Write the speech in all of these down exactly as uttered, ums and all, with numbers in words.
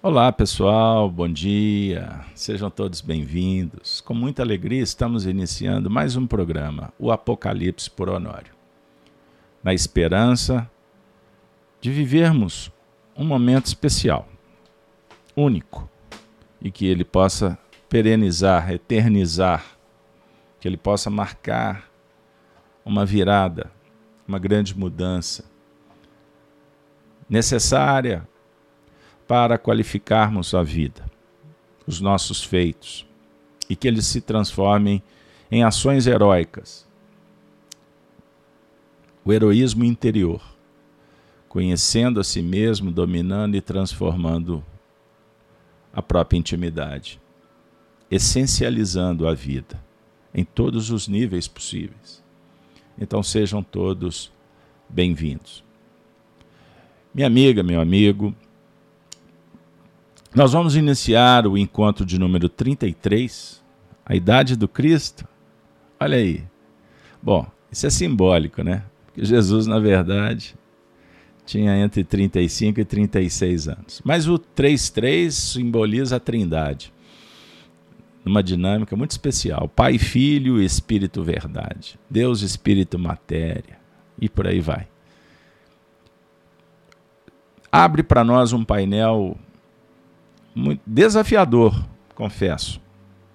Olá pessoal, bom dia, sejam todos bem-vindos. Com muita alegria estamos iniciando mais um programa, o Apocalipse por Honório, na esperança de vivermos um momento especial, único, e que ele possa perenizar, eternizar, que ele possa marcar uma virada, uma grande mudança necessária para qualificarmos a vida, os nossos feitos, e que eles se transformem em ações heróicas. O heroísmo interior, conhecendo a si mesmo, dominando e transformando a própria intimidade, essencializando a vida em todos os níveis possíveis. Então sejam todos bem-vindos. Minha amiga, meu amigo, nós vamos iniciar o encontro de número trinta e três, a idade do Cristo. Olha aí. Bom, isso é simbólico, né? Porque Jesus, na verdade, tinha entre trinta e cinco e trinta e seis anos. Mas o trinta e três simboliza a Trindade, numa dinâmica muito especial. Pai, Filho e Espírito Verdade. Deus, Espírito, Matéria. E por aí vai. Abre para nós um painel muito desafiador, confesso.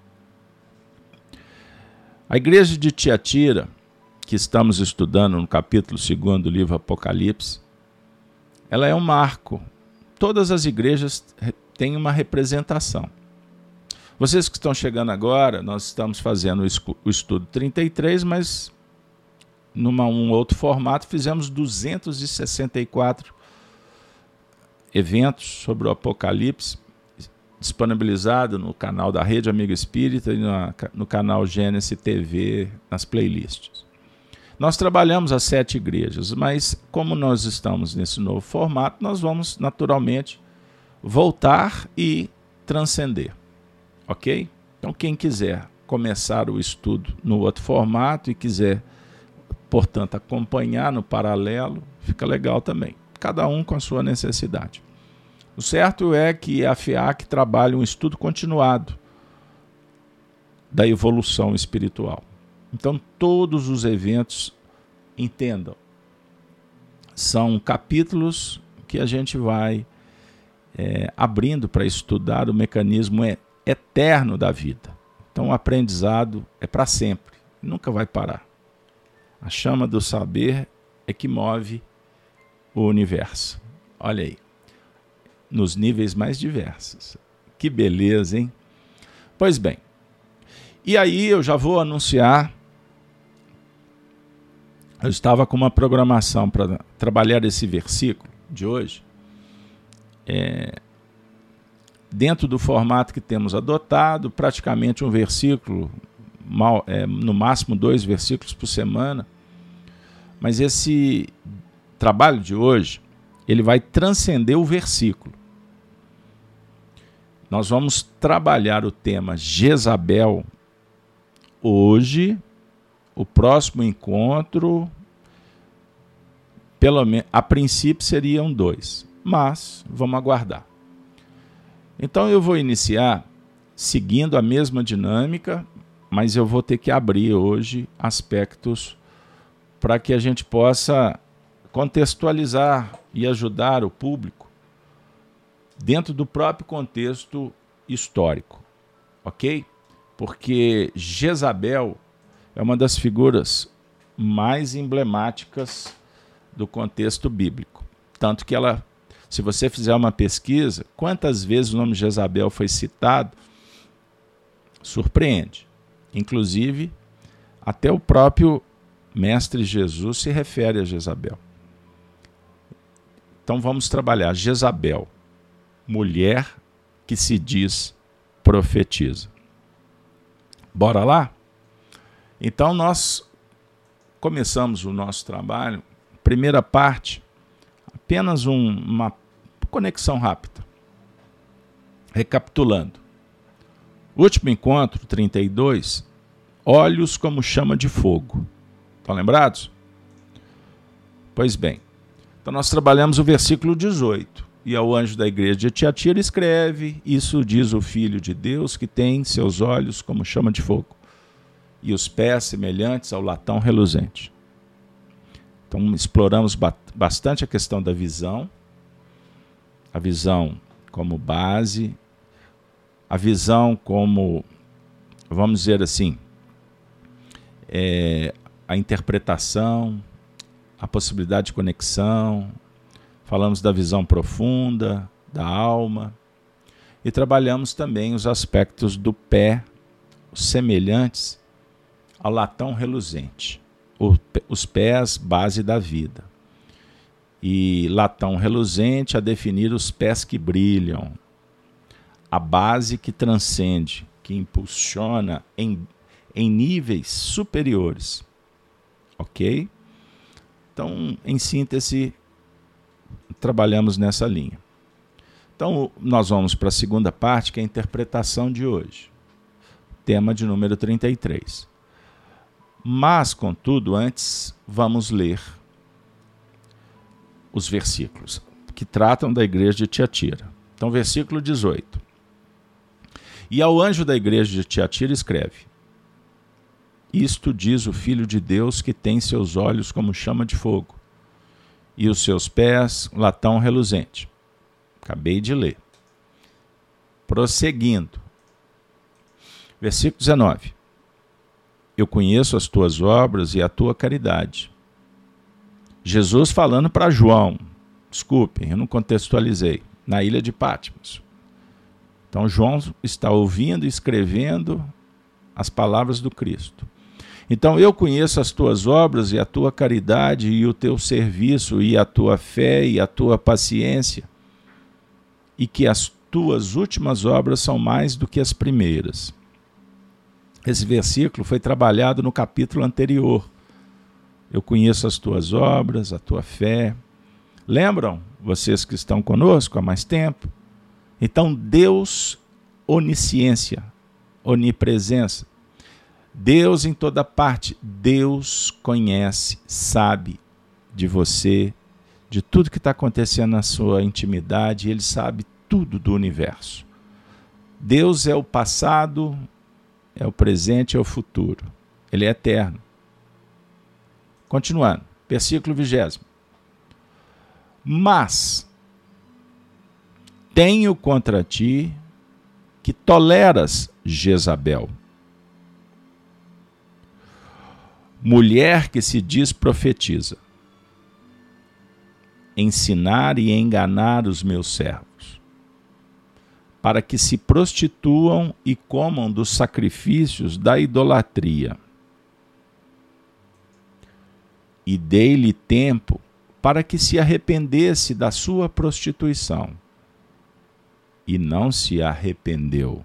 A igreja de Tiatira, que estamos estudando no capítulo segundo do livro Apocalipse, ela é um marco. Todas as igrejas têm uma representação. Vocês que estão chegando agora, nós estamos fazendo o estudo trinta e três, mas num um outro formato fizemos duzentos e sessenta e quatro eventos sobre o Apocalipse, disponibilizado no canal da Rede Amigo Espírita e na, no canal Gênesis T V, nas playlists. Nós trabalhamos as sete igrejas, mas como nós estamos nesse novo formato, nós vamos naturalmente voltar e transcender, ok? Então quem quiser começar o estudo no outro formato e quiser, portanto, acompanhar no paralelo, fica legal também, cada um com a sua necessidade. O certo é que a FEAC trabalha um estudo continuado da evolução espiritual. Então, todos os eventos, entendam, são capítulos que a gente vai é, abrindo para estudar o mecanismo eterno da vida. Então, o aprendizado é para sempre, nunca vai parar. A chama do saber é que move o universo. Olha aí. Nos níveis mais diversos. Que beleza, hein? Pois bem, e aí eu já vou anunciar, eu estava com uma programação para trabalhar esse versículo de hoje, é, dentro do formato que temos adotado, praticamente um versículo, mal, é, no máximo dois versículos por semana, mas esse trabalho de hoje, ele vai transcender o versículo. Nós vamos trabalhar o tema Jezabel hoje, o próximo encontro, pelo menos, a princípio seriam dois, mas vamos aguardar. Então eu vou iniciar seguindo a mesma dinâmica, mas eu vou ter que abrir hoje aspectos para que a gente possa contextualizar e ajudar o público dentro do próprio contexto histórico, ok? Porque Jezabel é uma das figuras mais emblemáticas do contexto bíblico. Tanto que ela, se você fizer uma pesquisa, quantas vezes o nome Jezabel foi citado, surpreende. Inclusive, até o próprio Mestre Jesus se refere a Jezabel. Então vamos trabalhar Jezabel, mulher que se diz profetiza. Bora lá? Então nós começamos o nosso trabalho, primeira parte, apenas um, uma conexão rápida. Recapitulando. Último encontro, trinta e dois, olhos como chama de fogo. Estão lembrados? Pois bem, então nós trabalhamos o versículo dezoito. E ao anjo da igreja de Tiatira escreve: isso diz o Filho de Deus, que tem seus olhos como chama de fogo e os pés semelhantes ao latão reluzente. Então exploramos bastante a questão da visão, a visão como base, a visão como, vamos dizer assim, é, a interpretação, a possibilidade de conexão. Falamos da visão profunda, da alma, e trabalhamos também os aspectos do pé, semelhantes ao latão reluzente, os pés, base da vida. E latão reluzente a definir os pés que brilham, a base que transcende, que impulsiona em, em níveis superiores. Ok? Então, em síntese, trabalhamos nessa linha. Então, nós vamos para a segunda parte, que é a interpretação de hoje. Tema de número trinta e três. Mas, contudo, antes, vamos ler os versículos que tratam da igreja de Tiatira. Então, versículo dezoito. E ao anjo da igreja de Tiatira escreve: isto diz o Filho de Deus, que tem seus olhos como chama de fogo e os seus pés latão reluzente. Acabei de ler. Prosseguindo. Versículo dezenove. Eu conheço as tuas obras e a tua caridade. Jesus falando para João. Desculpem, eu não contextualizei. Na ilha de Patmos. Então João está ouvindo e escrevendo as palavras do Cristo. Então eu conheço as tuas obras e a tua caridade e o teu serviço e a tua fé e a tua paciência, e que as tuas últimas obras são mais do que as primeiras. Esse versículo foi trabalhado no capítulo anterior. Eu conheço as tuas obras, a tua fé. Lembram, vocês que estão conosco há mais tempo? Então Deus, onisciência, onipresença, Deus em toda parte, Deus conhece, sabe de você, de tudo que está acontecendo na sua intimidade, Ele sabe tudo do universo. Deus é o passado, é o presente, é o futuro. Ele é eterno. Continuando, versículo vigésimo. Mas tenho contra ti que toleras Jezabel, mulher que se diz profetiza, ensinar e enganar os meus servos, para que se prostituam e comam dos sacrifícios da idolatria. E dei-lhe tempo para que se arrependesse da sua prostituição, e não se arrependeu.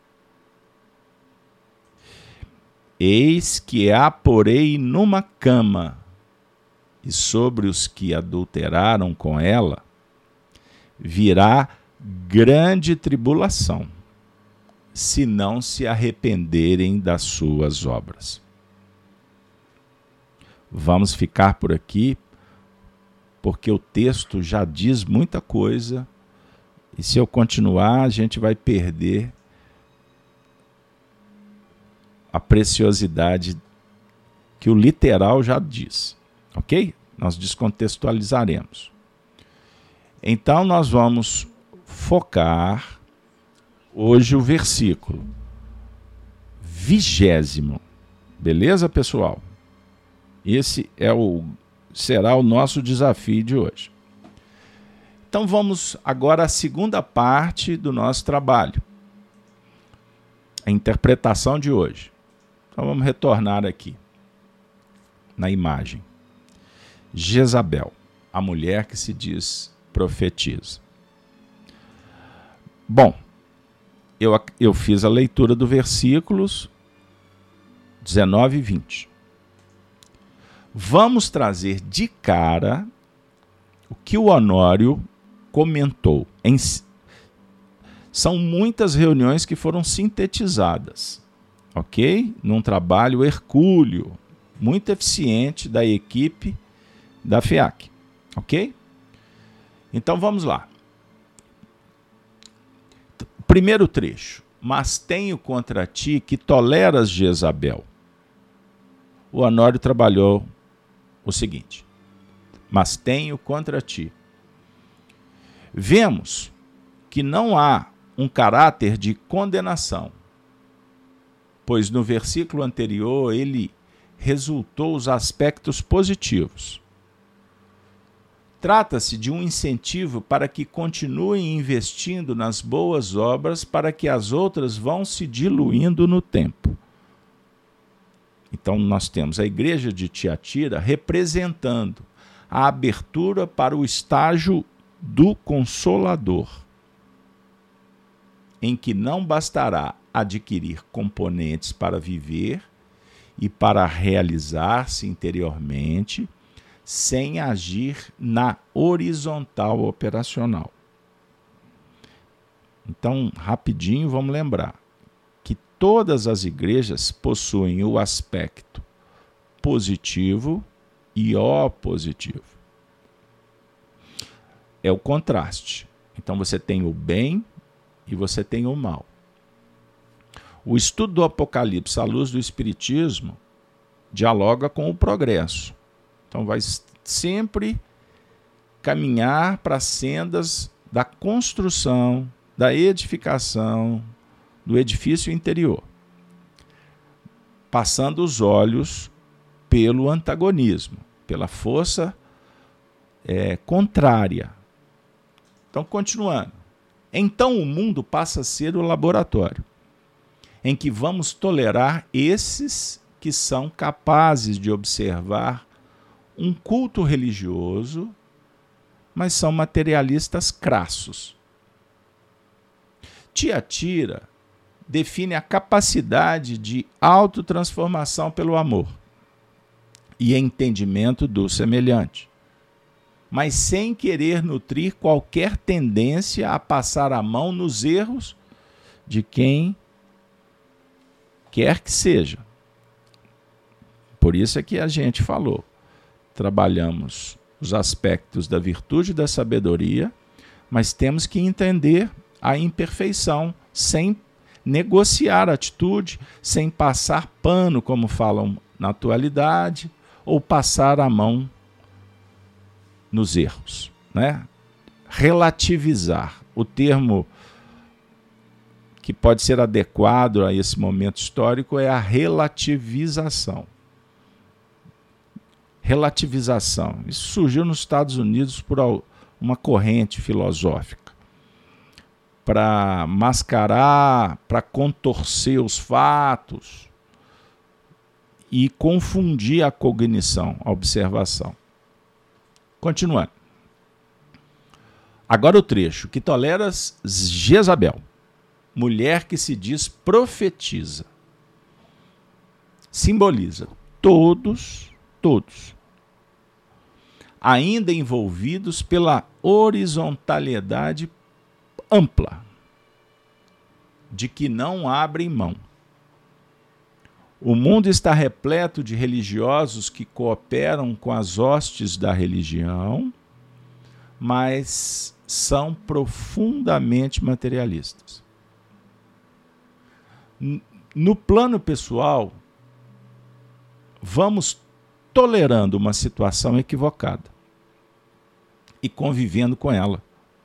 Eis que a porei numa cama, e sobre os que adulteraram com ela virá grande tribulação, se não se arrependerem das suas obras. Vamos ficar por aqui, porque o texto já diz muita coisa, e se eu continuar, a gente vai perder a preciosidade que o literal já diz, ok? Nós descontextualizaremos. Então, nós vamos focar hoje o versículo vigésimo. Beleza, pessoal? Esse é o, será o nosso desafio de hoje. Então, vamos agora à segunda parte do nosso trabalho. A interpretação de hoje. Então vamos retornar aqui na imagem. Jezabel, a mulher que se diz profetiza. Bom, eu, eu fiz a leitura do versículos dezenove e vinte. Vamos trazer de cara o que o Honório comentou. Em, são muitas reuniões que foram sintetizadas. Ok? Num trabalho hercúleo, muito eficiente da equipe da FEAC. Ok? Então vamos lá. primeiro trecho. Mas tenho contra ti que toleras Jezabel. O Honório trabalhou o seguinte. Mas tenho contra ti. Vemos que não há um caráter de condenação, pois no versículo anterior ele resultou os aspectos positivos. Trata-se de um incentivo para que continuem investindo nas boas obras, para que as outras vão se diluindo no tempo. Então nós temos a igreja de Tiatira representando a abertura para o estágio do Consolador, em que não bastará adquirir componentes para viver e para realizar-se interiormente, sem agir na horizontal operacional. Então, rapidinho, vamos lembrar que todas as igrejas possuem o aspecto positivo e opositivo. É o contraste. Então, você tem o bem e você tem o mal. O estudo do Apocalipse à luz do Espiritismo dialoga com o progresso. Então vai sempre caminhar para as sendas da construção, da edificação, do edifício interior, passando os olhos pelo antagonismo, pela força é, contrária. Então, continuando. Então o mundo passa a ser o laboratório, em que vamos tolerar esses que são capazes de observar um culto religioso, mas são materialistas crassos. Tiatira define a capacidade de autotransformação pelo amor e entendimento do semelhante, mas sem querer nutrir qualquer tendência a passar a mão nos erros de quem quer que seja. Por isso é que a gente falou. Trabalhamos os aspectos da virtude e da sabedoria, mas temos que entender a imperfeição, sem negociar a atitude, sem passar pano, como falam na atualidade, ou passar a mão nos erros, né? Relativizar. O termo que pode ser adequado a esse momento histórico é a relativização. Relativização. Isso surgiu nos Estados Unidos por uma corrente filosófica para mascarar, para contorcer os fatos e confundir a cognição, a observação. Continuando. Agora o trecho. Que toleras Jezabel, mulher que se diz profetiza. Simboliza todos, todos, ainda envolvidos pela horizontalidade ampla, de que não abrem mão. O mundo está repleto de religiosos que cooperam com as hostes da religião, mas são profundamente materialistas. No plano pessoal, vamos tolerando uma situação equivocada e convivendo com ela.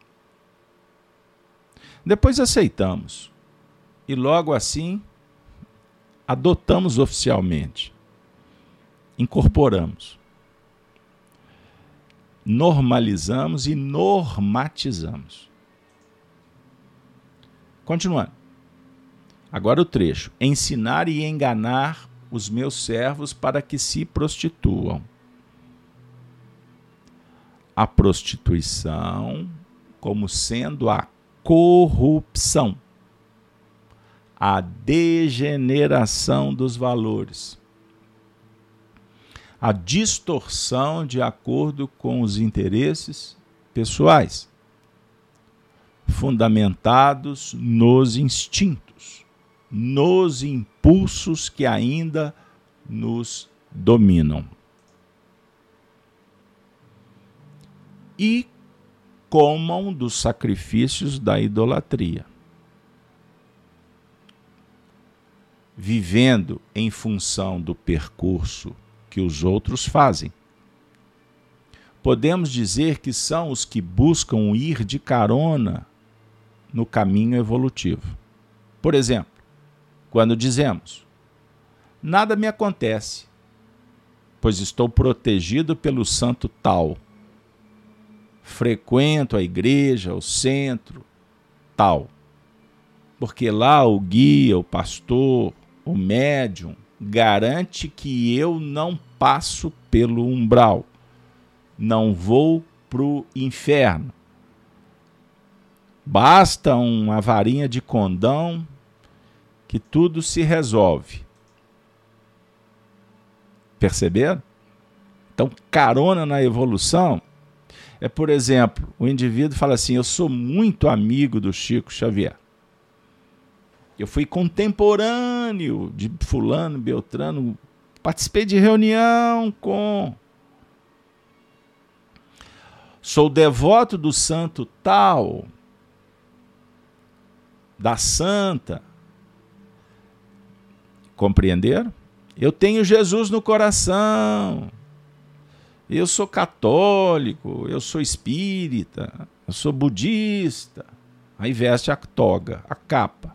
Depois aceitamos e logo assim adotamos oficialmente, incorporamos, normalizamos e normatizamos. Continuando. Agora o trecho. Ensinar e enganar os meus servos para que se prostituam. A prostituição como sendo a corrupção, a degeneração dos valores, a distorção de acordo com os interesses pessoais, fundamentados nos instintos, nos impulsos que ainda nos dominam. E comam dos sacrifícios da idolatria. vivendo em função do percurso que os outros fazem. Podemos dizer que são os que buscam ir de carona no caminho evolutivo. Por exemplo, quando dizemos: nada me acontece, pois estou protegido pelo santo tal. Frequento a igreja, o centro, tal. Porque lá o guia, o pastor, o médium garante que eu não passo pelo umbral, não vou para o inferno. Basta uma varinha de condão que tudo se resolve. Perceberam? Então, carona na evolução é, por exemplo, o indivíduo fala assim: eu sou muito amigo do Chico Xavier. Eu fui contemporâneo de fulano, beltrano, participei de reunião com... Sou devoto do santo tal, da santa. Compreenderam? Eu tenho Jesus no coração. Eu sou católico, eu sou espírita, eu sou budista. Aí veste a toga, a capa.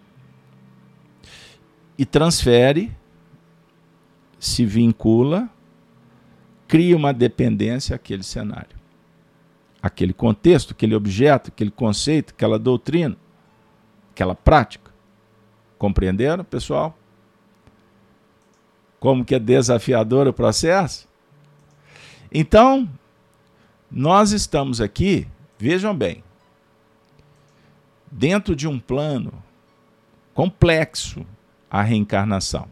E transfere, se vincula, cria uma dependência àquele cenário, aquele contexto, aquele objeto, aquele conceito, aquela doutrina, aquela prática. Compreenderam, pessoal? Como que é desafiador o processo? Então, nós estamos aqui, vejam bem, dentro de um plano complexo, a reencarnação.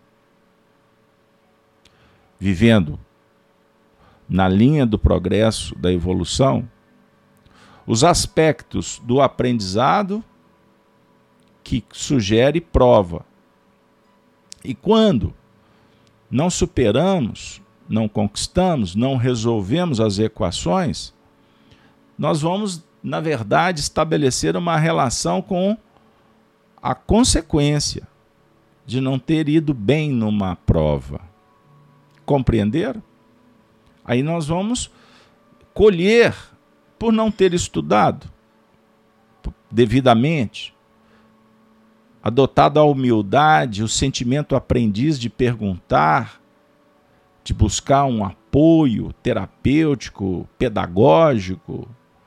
Vivendo na linha do progresso, da evolução, os aspectos do aprendizado que sugere prova. E quando não superamos, não conquistamos, não resolvemos as equações, nós vamos, na verdade, estabelecer uma relação com a consequência de não ter ido bem numa prova. Compreenderam? Aí nós vamos colher por não ter estudado devidamente, adotado a humildade, o sentimento aprendiz de perguntar, de buscar um apoio terapêutico, pedagógico,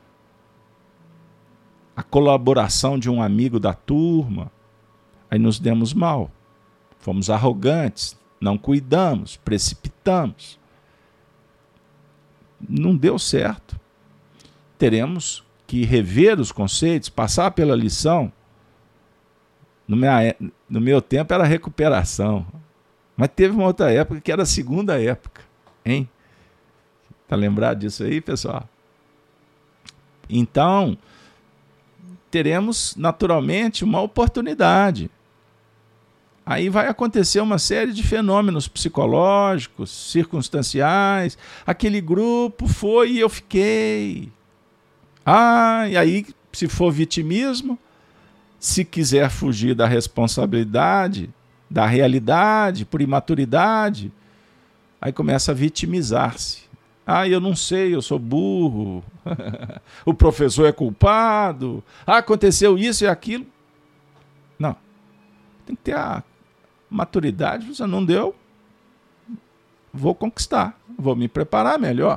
a colaboração de um amigo da turma. Aí nos demos mal. Fomos arrogantes, não cuidamos, precipitamos. Não deu certo. Teremos que rever os conceitos, passar pela lição. No meu, no meu tempo era recuperação. Mas teve uma outra época que era a segunda época. Hein? Tá lembrado disso aí, pessoal? Então, teremos naturalmente uma oportunidade. Aí vai acontecer uma série de fenômenos psicológicos, circunstanciais. Aquele grupo foi e eu fiquei. Ah, e aí, se for vitimismo, se quiser fugir da responsabilidade, da realidade, por imaturidade, aí começa a vitimizar-se. Ah, eu não sei, eu sou burro. O professor é culpado. Ah, aconteceu isso e aquilo. Não. Tem que ter a maturidade. Você não deu, vou conquistar, vou me preparar melhor.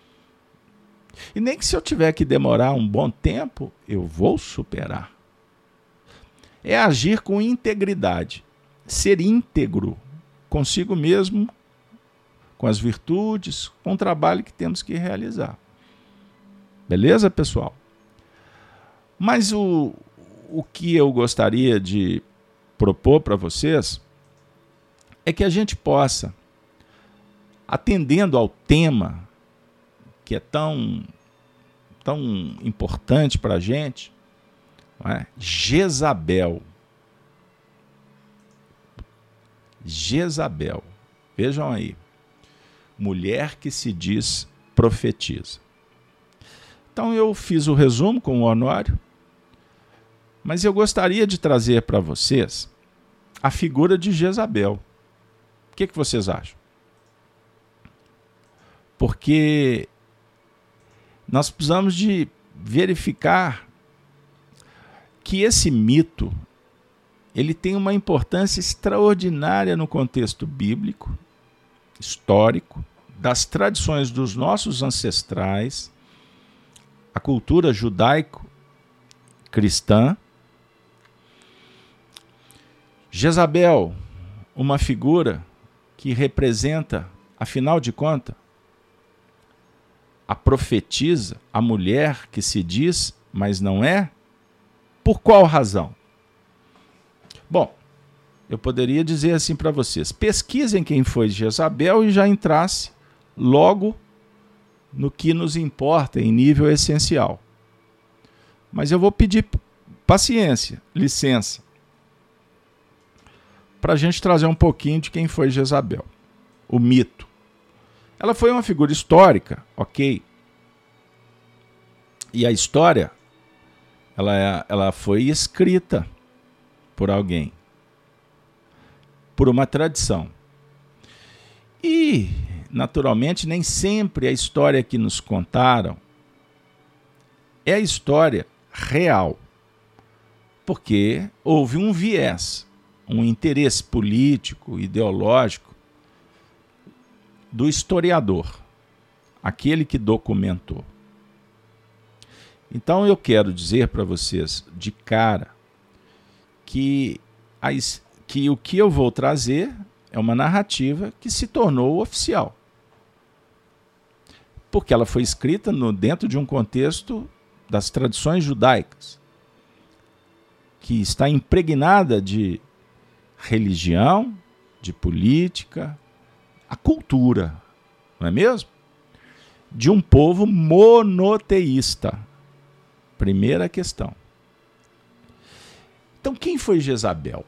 E nem que se eu tiver que demorar um bom tempo, eu vou superar. É agir com integridade, ser íntegro consigo mesmo, com as virtudes, com o trabalho que temos que realizar. Beleza, pessoal? Mas o, o que eu gostaria de propor para vocês é que a gente possa, atendendo ao tema que é tão, tão importante para a gente, não é? Jezabel. Jezabel. Vejam aí. Mulher que se diz profetiza. Então eu fiz o resumo com o Honório, mas eu gostaria de trazer para vocês a figura de Jezabel. O que, que vocês acham? Porque nós precisamos de verificar que esse mito ele tem uma importância extraordinária no contexto bíblico, histórico, das tradições dos nossos ancestrais, a cultura judaico-cristã. Jezabel, uma figura que representa, afinal de contas, a profetisa, a mulher que se diz, mas não é? Por qual razão? Bom, eu poderia dizer assim para vocês, pesquisem quem foi Jezabel e já entrasse logo no que nos importa em nível essencial. Mas eu vou pedir paciência, licença, para a gente trazer um pouquinho de quem foi Jezabel, o mito. Ela foi uma figura histórica, ok? E a história, ela, ela foi escrita por alguém, por uma tradição. E, naturalmente, nem sempre a história que nos contaram é a história real, porque houve um viés, um interesse político, ideológico do historiador, aquele que documentou. Então eu quero dizer para vocês de cara que, a, que o que eu vou trazer é uma narrativa que se tornou oficial. Porque ela foi escrita no, dentro de um contexto das tradições judaicas, que está impregnada de religião, de política, a cultura, não é mesmo? De um povo monoteísta. Primeira questão. Então, quem foi Jezabel?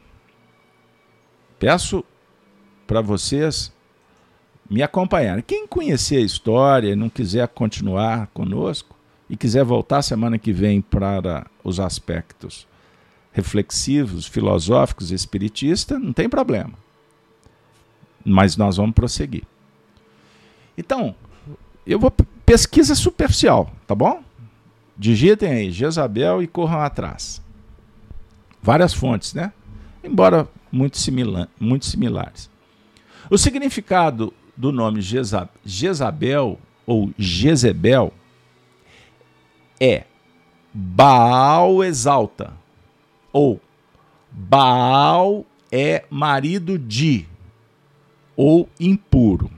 Peço para vocês me acompanharem. Quem conhecer a história e não quiser continuar conosco e quiser voltar semana que vem para os aspectos reflexivos, filosóficos e espiritistas, não tem problema. Mas nós vamos prosseguir. Então, eu vou pesquisa superficial, tá bom? Digitem aí Jezabel e corram atrás. Várias fontes, né? Embora muito, simila- muito similares. O significado do nome Jeza- Jezabel ou Jezebel é Baal exalta, ou Baal é marido de, ou impuro.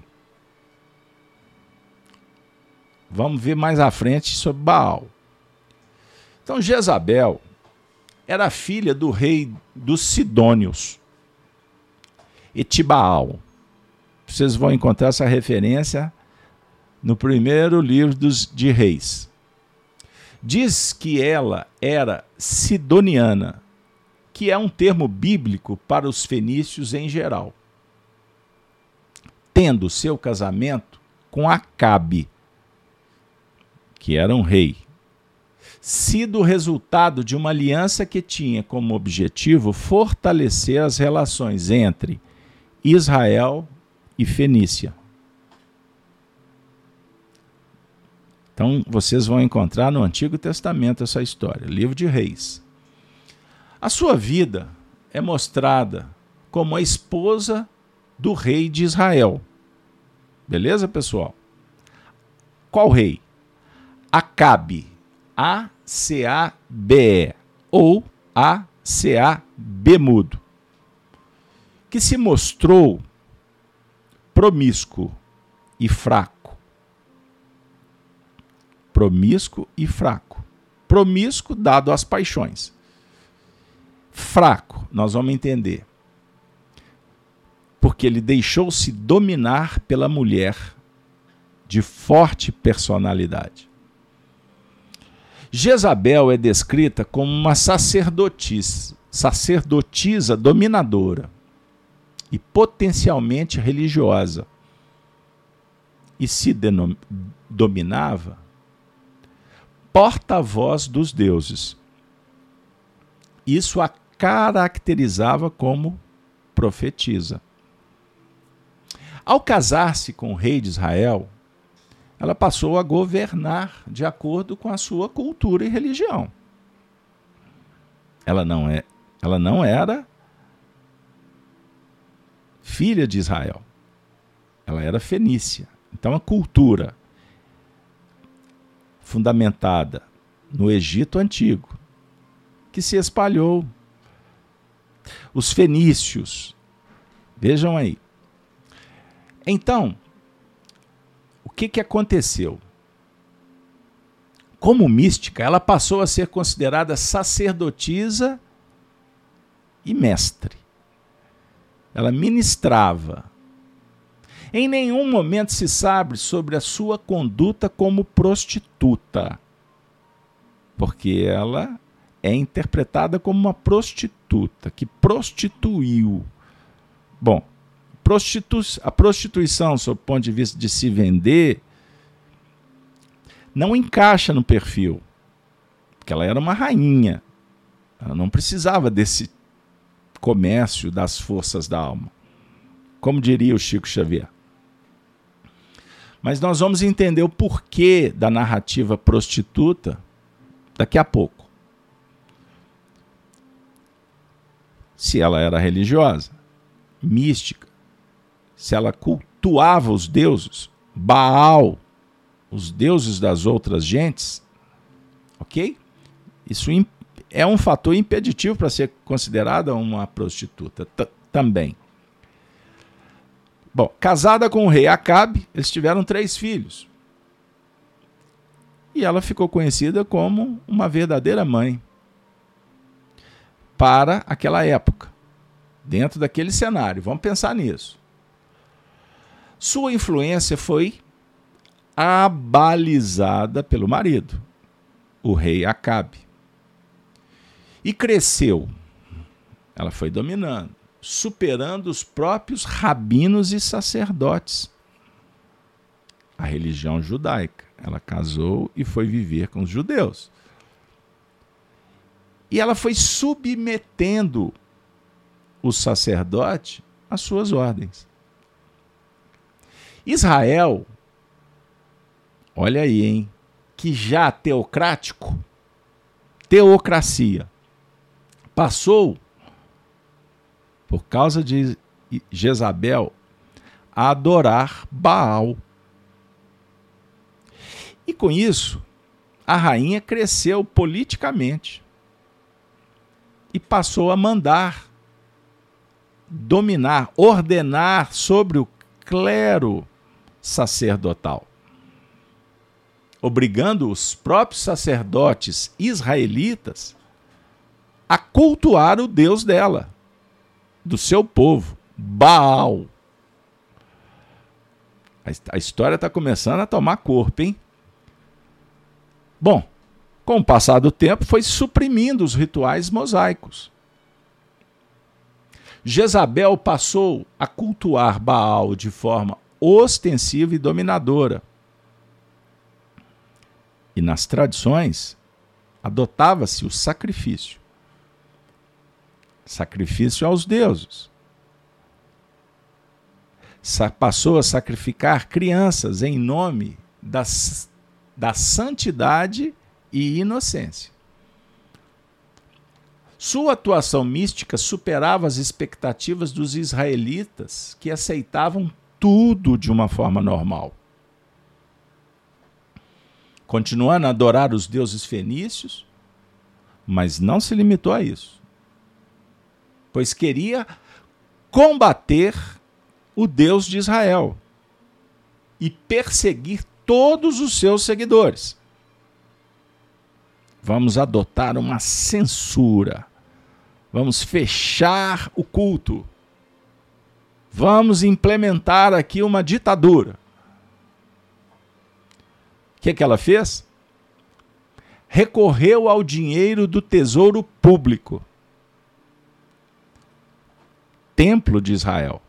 Vamos ver mais à frente sobre Baal. Então Jezabel era filha do rei dos Sidônios, Etibaal. Vocês vão encontrar essa referência no primeiro livro dos, de Reis. Diz que ela era sidoniana, que é um termo bíblico para os fenícios em geral, tendo seu casamento com Acabe, que era um rei, sido o resultado de uma aliança que tinha como objetivo fortalecer as relações entre Israel e Fenícia. Então, vocês vão encontrar no Antigo Testamento essa história, livro de Reis. A sua vida é mostrada como a esposa do rei de Israel. Beleza, pessoal? Qual rei? Acabe, A C A B E, ou A C A B mudo, que se mostrou promíscuo e fraco. Promíscuo e fraco. Promíscuo dado às paixões. Fraco, nós vamos entender. Porque ele deixou-se dominar pela mulher de forte personalidade. Jezabel é descrita como uma sacerdotisa, sacerdotisa dominadora e potencialmente religiosa. E se denom- dominava porta-voz dos deuses. Isso a caracterizava como profetisa. Ao casar-se com o rei de Israel, ela passou a governar de acordo com a sua cultura e religião. Ela não, é, ela não era filha de Israel. Ela era fenícia. Então a cultura fundamentada no Egito Antigo, que se espalhou. Os fenícios, vejam aí. Então, o que, que aconteceu? Como mística, ela passou a ser considerada sacerdotisa e mestre. Ela ministrava. Em nenhum momento se sabe sobre a sua conduta como prostituta, porque ela é interpretada como uma prostituta, que prostituiu. Bom, prostitu- a prostituição, sob o ponto de vista de se vender, não encaixa no perfil, porque ela era uma rainha. Ela não precisava desse comércio das forças da alma, como diria o Chico Xavier. Mas nós vamos entender o porquê da narrativa prostituta daqui a pouco. Se ela era religiosa, mística, se ela cultuava os deuses, Baal, os deuses das outras gentes, ok? Isso é um fator impeditivo para ser considerada uma prostituta também. Bom, casada com o rei Acabe, eles tiveram três filhos. E ela ficou conhecida como uma verdadeira mãe para aquela época, dentro daquele cenário. Vamos pensar nisso. Sua influência foi abalizada pelo marido, o rei Acabe. E cresceu. Ela foi dominando, superando os próprios rabinos e sacerdotes. A religião judaica. Ela casou e foi viver com os judeus. E ela foi submetendo o sacerdote às suas ordens. Israel, olha aí, hein? Que já teocrático, teocracia, passou, por causa de Jezabel, a adorar Baal. E com isso, a rainha cresceu politicamente e passou a mandar, dominar, ordenar sobre o clero sacerdotal, obrigando os próprios sacerdotes israelitas a cultuar o Deus dela, do seu povo, Baal. A história está começando a tomar corpo, hein? Bom, com o passar do tempo, foi suprimindo os rituais mosaicos. Jezabel passou a cultuar Baal de forma ostensiva e dominadora. E nas tradições, adotava-se o sacrifício. Sacrifício aos deuses. Sa- passou a sacrificar crianças em nome das, da santidade e inocência. Sua atuação mística superava as expectativas dos israelitas, que aceitavam tudo de uma forma normal. Continuando a adorar os deuses fenícios, mas não se limitou a isso, pois queria combater o Deus de Israel e perseguir todos os seus seguidores. Vamos adotar uma censura. Vamos fechar o culto. Vamos implementar aqui uma ditadura. O que, que ela fez? Recorreu ao dinheiro do tesouro público, Templo de Israel,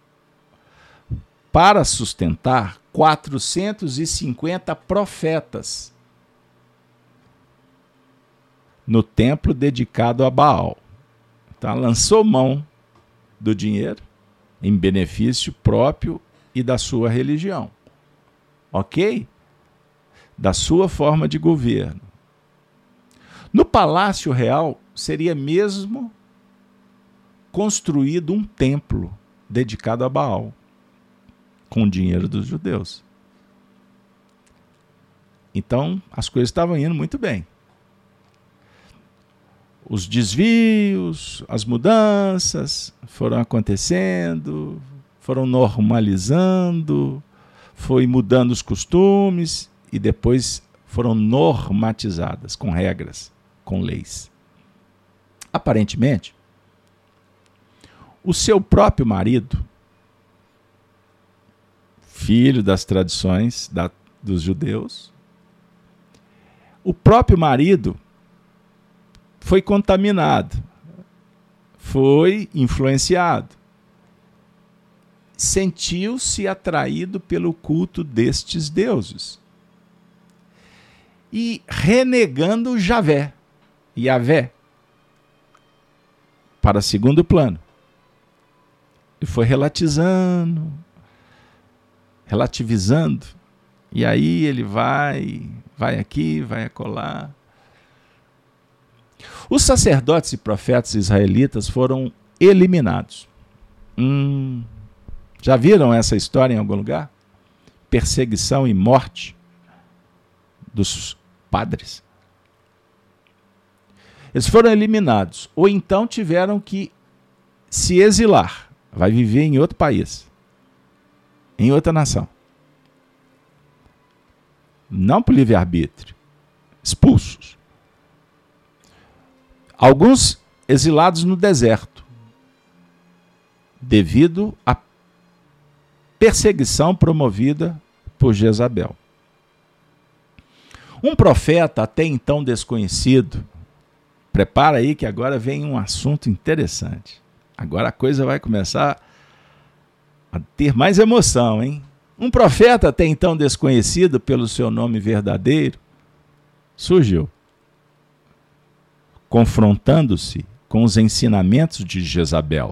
para sustentar quatrocentos e cinquenta profetas no templo dedicado a Baal. tá? Lançou mão do dinheiro em benefício próprio e da sua religião. Ok? Da sua forma de governo. No Palácio Real seria mesmo construído um templo dedicado a Baal, com o dinheiro dos judeus. Então, as coisas estavam indo muito bem. Os desvios, as mudanças foram acontecendo, foram normalizando, foi mudando os costumes e depois foram normatizadas com regras, com leis. Aparentemente, o seu próprio marido, filho das tradições da, dos judeus, o próprio marido foi contaminado, foi influenciado, sentiu-se atraído pelo culto destes deuses e renegando Javé, Yavé, para segundo plano. E foi relativizando, relativizando, e aí ele vai, vai aqui, vai acolá. Os sacerdotes e profetas israelitas foram eliminados. Hum, já viram essa história em algum lugar? Perseguição e morte dos padres. Eles foram eliminados, ou então tiveram que se exilar. Vai viver em outro país, em outra nação. Não por livre-arbítrio. Expulsos. Alguns exilados no deserto, devido à perseguição promovida por Jezabel. Um profeta até então desconhecido, prepara aí que agora vem um assunto interessante. Agora a coisa vai começar a ter mais emoção, hein? Um profeta até então desconhecido pelo seu nome verdadeiro surgiu, confrontando-se com os ensinamentos de Jezabel.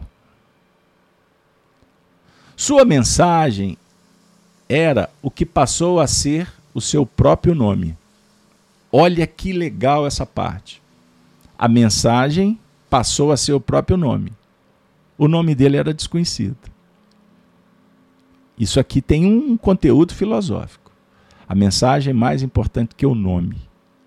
Sua mensagem era o que passou a ser o seu próprio nome. Olha que legal essa parte. A mensagem passou a ser o próprio nome. O nome dele era desconhecido. Isso aqui tem um conteúdo filosófico. A mensagem é mais importante que o nome.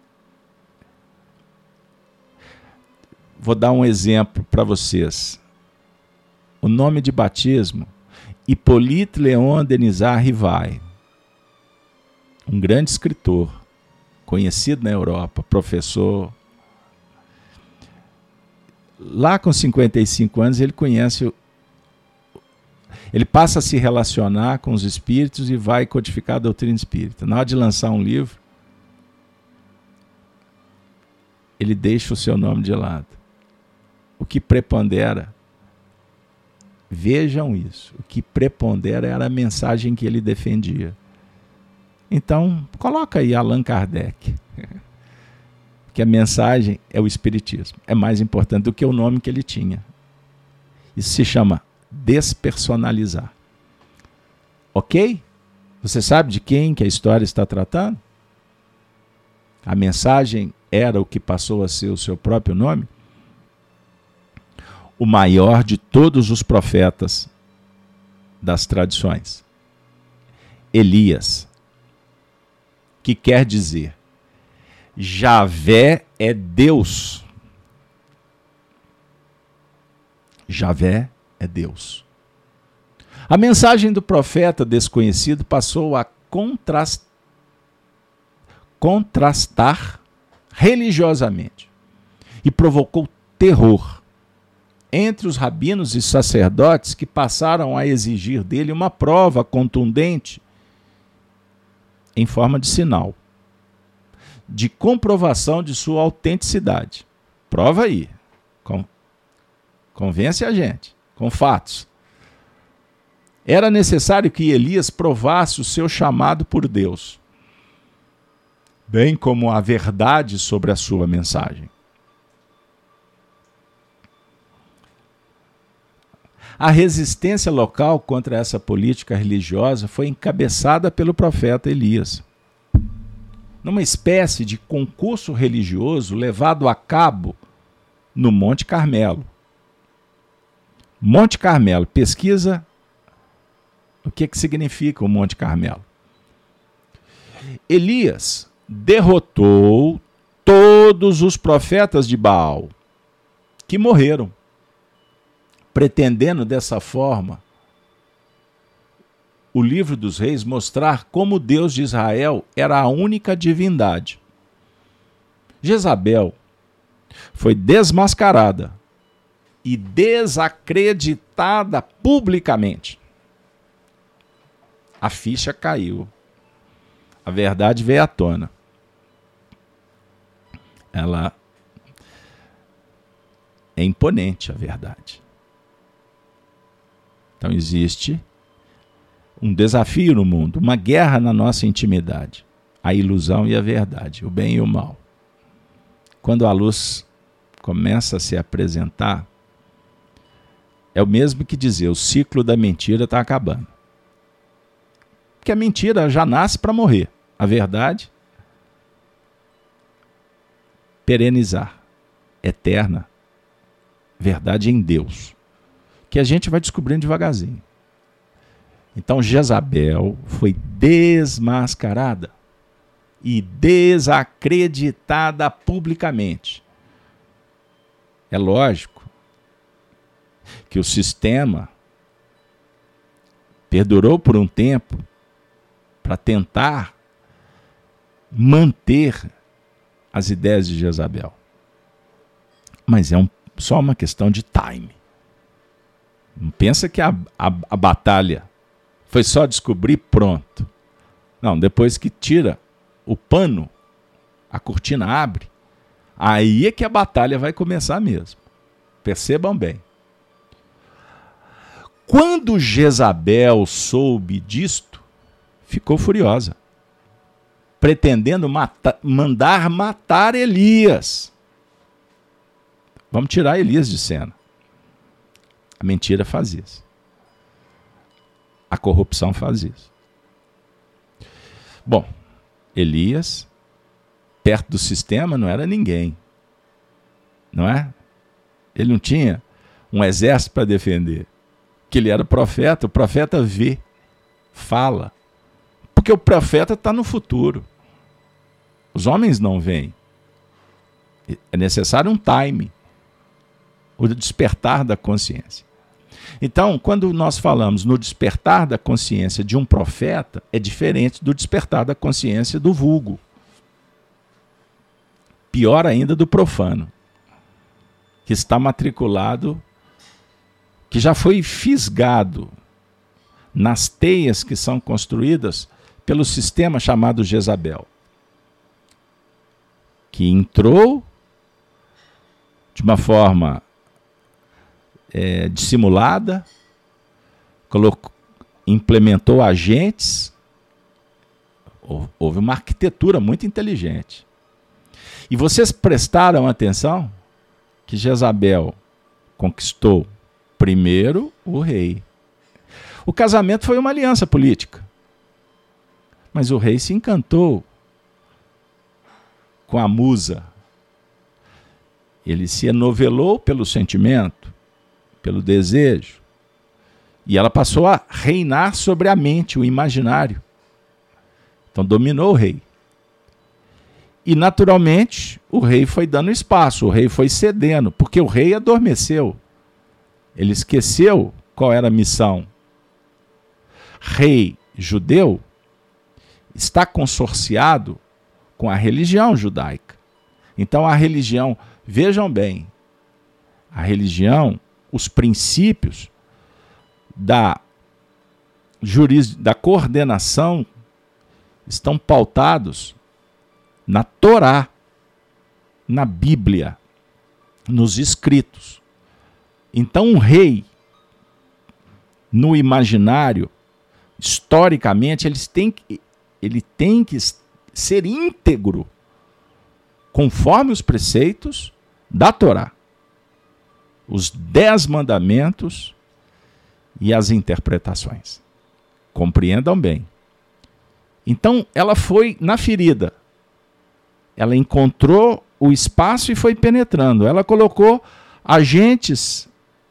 Vou dar um exemplo para vocês. O nome de batismo, Hippolyte Léon Denisard Rivail, um grande escritor, conhecido na Europa, professor. Lá com cinquenta e cinco anos ele conhece, ele passa a se relacionar com os espíritos e vai codificar a doutrina espírita. Na hora de lançar um livro, ele deixa o seu nome de lado. O que prepondera, vejam isso, o que prepondera era a mensagem que ele defendia. Então, coloca aí Allan Kardec, que a mensagem é o espiritismo, é mais importante do que o nome que ele tinha. Isso se chama despersonalizar. Ok? Você sabe de quem que a história está tratando? A mensagem era o que passou a ser o seu próprio nome? O maior de todos os profetas das tradições, Elias, que quer dizer, Javé é Deus. Javé é Deus. A mensagem do profeta desconhecido passou a contrast... contrastar religiosamente e provocou terror entre os rabinos e sacerdotes que passaram a exigir dele uma prova contundente em forma de sinal, de comprovação de sua autenticidade. Prova aí. Com... Convence a gente, com fatos. Era necessário que Elias provasse o seu chamado por Deus, bem como a verdade sobre a sua mensagem. A resistência local contra essa política religiosa foi encabeçada pelo profeta Elias, numa espécie de concurso religioso levado a cabo no Monte Carmelo. Monte Carmelo, pesquisa o que, que significa o Monte Carmelo. Elias derrotou todos os profetas de Baal que morreram, pretendendo dessa forma o livro dos reis mostrar como o Deus de Israel era a única divindade. Jezabel foi desmascarada e desacreditada publicamente. A ficha caiu. A verdade veio à tona. Ela é imponente, a verdade. Então existe um desafio no mundo, uma guerra na nossa intimidade. A ilusão e a verdade, o bem e o mal. Quando a luz começa a se apresentar, é o mesmo que dizer, o ciclo da mentira está acabando. Porque a mentira já nasce para morrer. A verdade, perenizar, eterna. Verdade em Deus. Que a gente vai descobrindo devagarzinho. Então Jezabel foi desmascarada e desacreditada publicamente. É lógico que o sistema perdurou por um tempo para tentar manter as ideias de Jezabel. Mas é um, só uma questão de time. Não pensa que a, a, a batalha foi só descobrir pronto. Não, depois que tira o pano, a cortina abre, aí é que a batalha vai começar mesmo. Percebam bem. Quando Jezabel soube disto, ficou furiosa, pretendendo mata- mandar matar Elias. Vamos tirar Elias de cena. A mentira faz isso. A corrupção faz isso. Bom, Elias, perto do sistema, não era ninguém. Não é? Ele não tinha um exército para defender. Que ele era profeta. O profeta vê, fala. Porque o profeta está no futuro. Os homens não veem. É necessário um time. O despertar da consciência. Então, quando nós falamos no despertar da consciência de um profeta, é diferente do despertar da consciência do vulgo. Pior ainda do profano, que está matriculado, que já foi fisgado nas teias que são construídas pelo sistema chamado Jezabel, que entrou de uma forma É, dissimulada, colocou, implementou agentes, houve uma arquitetura muito inteligente. E vocês prestaram atenção que Jezabel conquistou primeiro o rei. O casamento foi uma aliança política, mas o rei se encantou com a musa. Ele se enovelou pelo sentimento, pelo desejo, e ela passou a reinar sobre a mente, o imaginário. Então dominou o rei. E naturalmente o rei foi dando espaço, o rei foi cedendo, porque o rei adormeceu. Ele esqueceu qual era a missão. Rei judeu está consorciado com a religião judaica. Então a religião, vejam bem, a religião, os princípios da, juris, da coordenação estão pautados na Torá, na Bíblia, nos escritos. Então um rei, no imaginário, historicamente, eles têm que, ele tem que ser íntegro, conforme os preceitos da Torá. Os dez mandamentos e as interpretações. Compreendam bem. Então, ela foi na ferida. Ela encontrou o espaço e foi penetrando. Ela colocou agentes.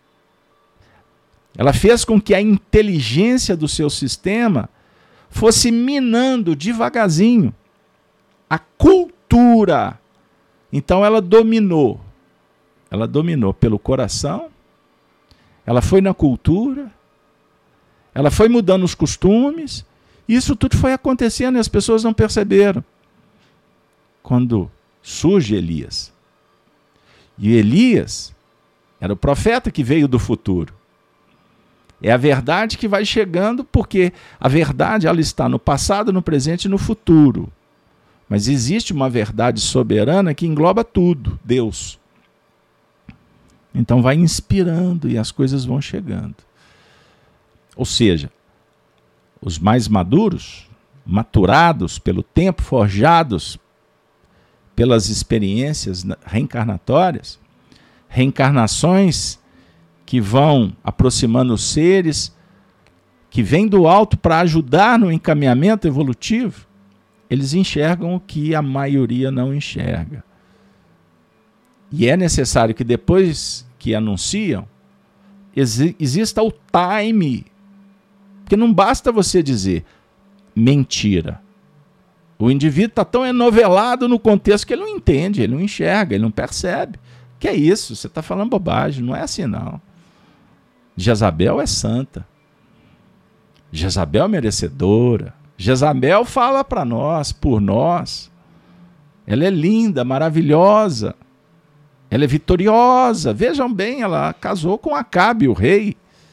Ela fez com que a inteligência do seu sistema fosse minando devagarzinho a cultura. Então, ela dominou. Ela dominou pelo coração. Ela foi na cultura. Ela foi mudando os costumes. Isso tudo foi acontecendo e as pessoas não perceberam. Quando surge Elias. E Elias era o profeta que veio do futuro. É a verdade que vai chegando, porque a verdade ela está no passado, no presente e no futuro. Mas existe uma verdade soberana que engloba tudo, Deus. Então vai inspirando e as coisas vão chegando. Ou seja, os mais maduros, maturados pelo tempo, forjados pelas experiências reencarnatórias, reencarnações que vão aproximando os seres, que vêm do alto para ajudar no encaminhamento evolutivo, eles enxergam o que a maioria não enxerga. E é necessário que depois que anunciam, exi- exista o time. Porque não basta você dizer mentira. O indivíduo está tão enovelado no contexto que ele não entende, ele não enxerga, ele não percebe. Que é isso? Você está falando bobagem, não é assim não. Jezabel é santa. Jezabel é merecedora. Jezabel fala para nós, por nós. Ela é linda, maravilhosa. Ela é vitoriosa. Vejam bem, ela casou com Acabe, o rei.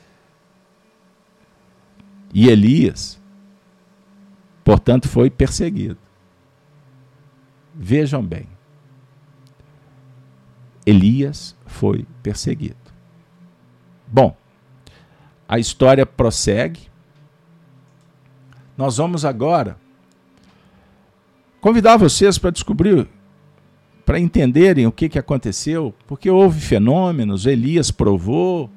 E Elias, portanto, foi perseguido. Vejam bem. Elias foi perseguido. Bom, a história prossegue. Nós vamos agora convidar vocês para descobrir, para entenderem o que, que aconteceu, porque houve fenômenos, Elias provou,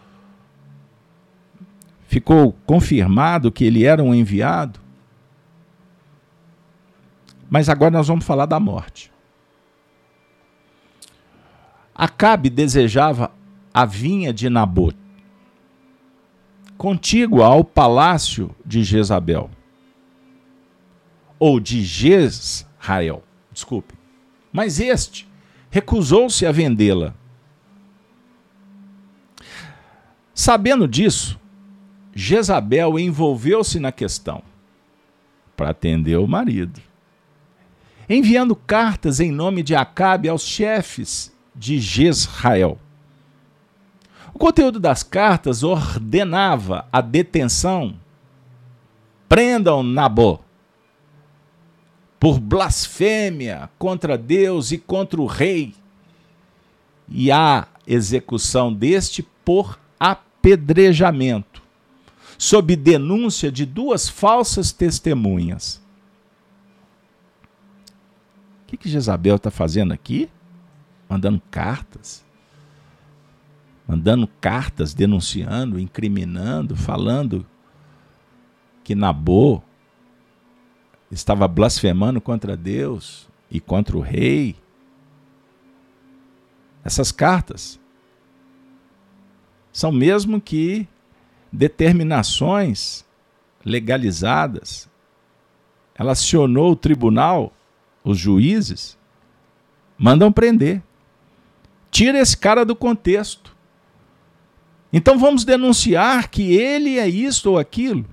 ficou confirmado que ele era um enviado. Mas agora nós vamos falar da morte. Acabe desejava a vinha de Nabote, contígua ao palácio de Jezabel, ou de Jezrael, desculpe. Mas este recusou-se a vendê-la. Sabendo disso, Jezabel envolveu-se na questão para atender o marido, enviando cartas em nome de Acabe aos chefes de Jezrael. O conteúdo das cartas ordenava a detenção, prendam Nabô, por blasfêmia contra Deus e contra o rei, e a execução deste por apedrejamento, sob denúncia de duas falsas testemunhas. O que, que Jezabel está fazendo aqui? Mandando cartas. Mandando cartas, denunciando, incriminando, falando que Nabô estava blasfemando contra Deus e contra o rei. Essas cartas são mesmo que determinações legalizadas. Ela acionou o tribunal, os juízes, mandam prender. Tira esse cara do contexto. Então vamos denunciar que ele é isto ou aquilo.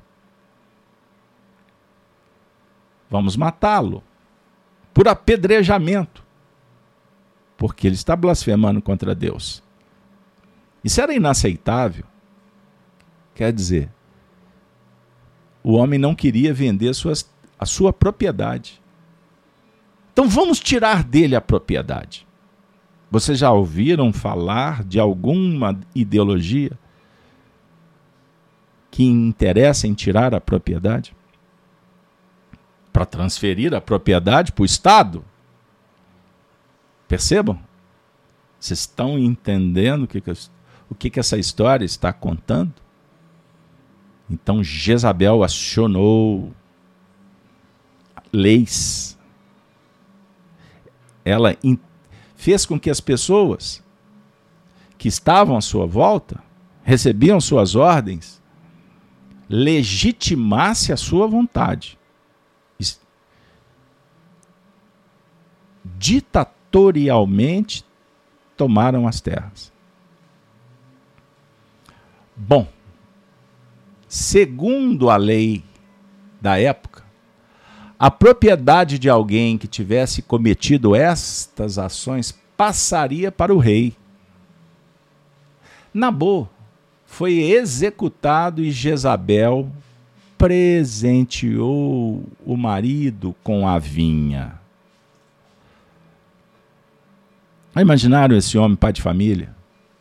Vamos matá-lo por apedrejamento, porque ele está blasfemando contra Deus. Isso era inaceitável. Quer dizer, o homem não queria vender suas, a sua propriedade. Então vamos tirar dele a propriedade. Vocês já ouviram falar de alguma ideologia que interessa em tirar a propriedade? Para transferir a propriedade para o Estado? Percebam? Vocês estão entendendo o que, que, o que, que essa história está contando? Então Jezabel acionou leis. Ela in- fez com que as pessoas que estavam à sua volta, recebiam suas ordens, legitimasse a sua vontade. Ditatorialmente tomaram as terras. Bom, segundo a lei da época, a propriedade de alguém que tivesse cometido estas ações passaria para o rei. Nabô foi executado e Jezabel presenteou o marido com a vinha. Imaginaram esse homem, pai de família?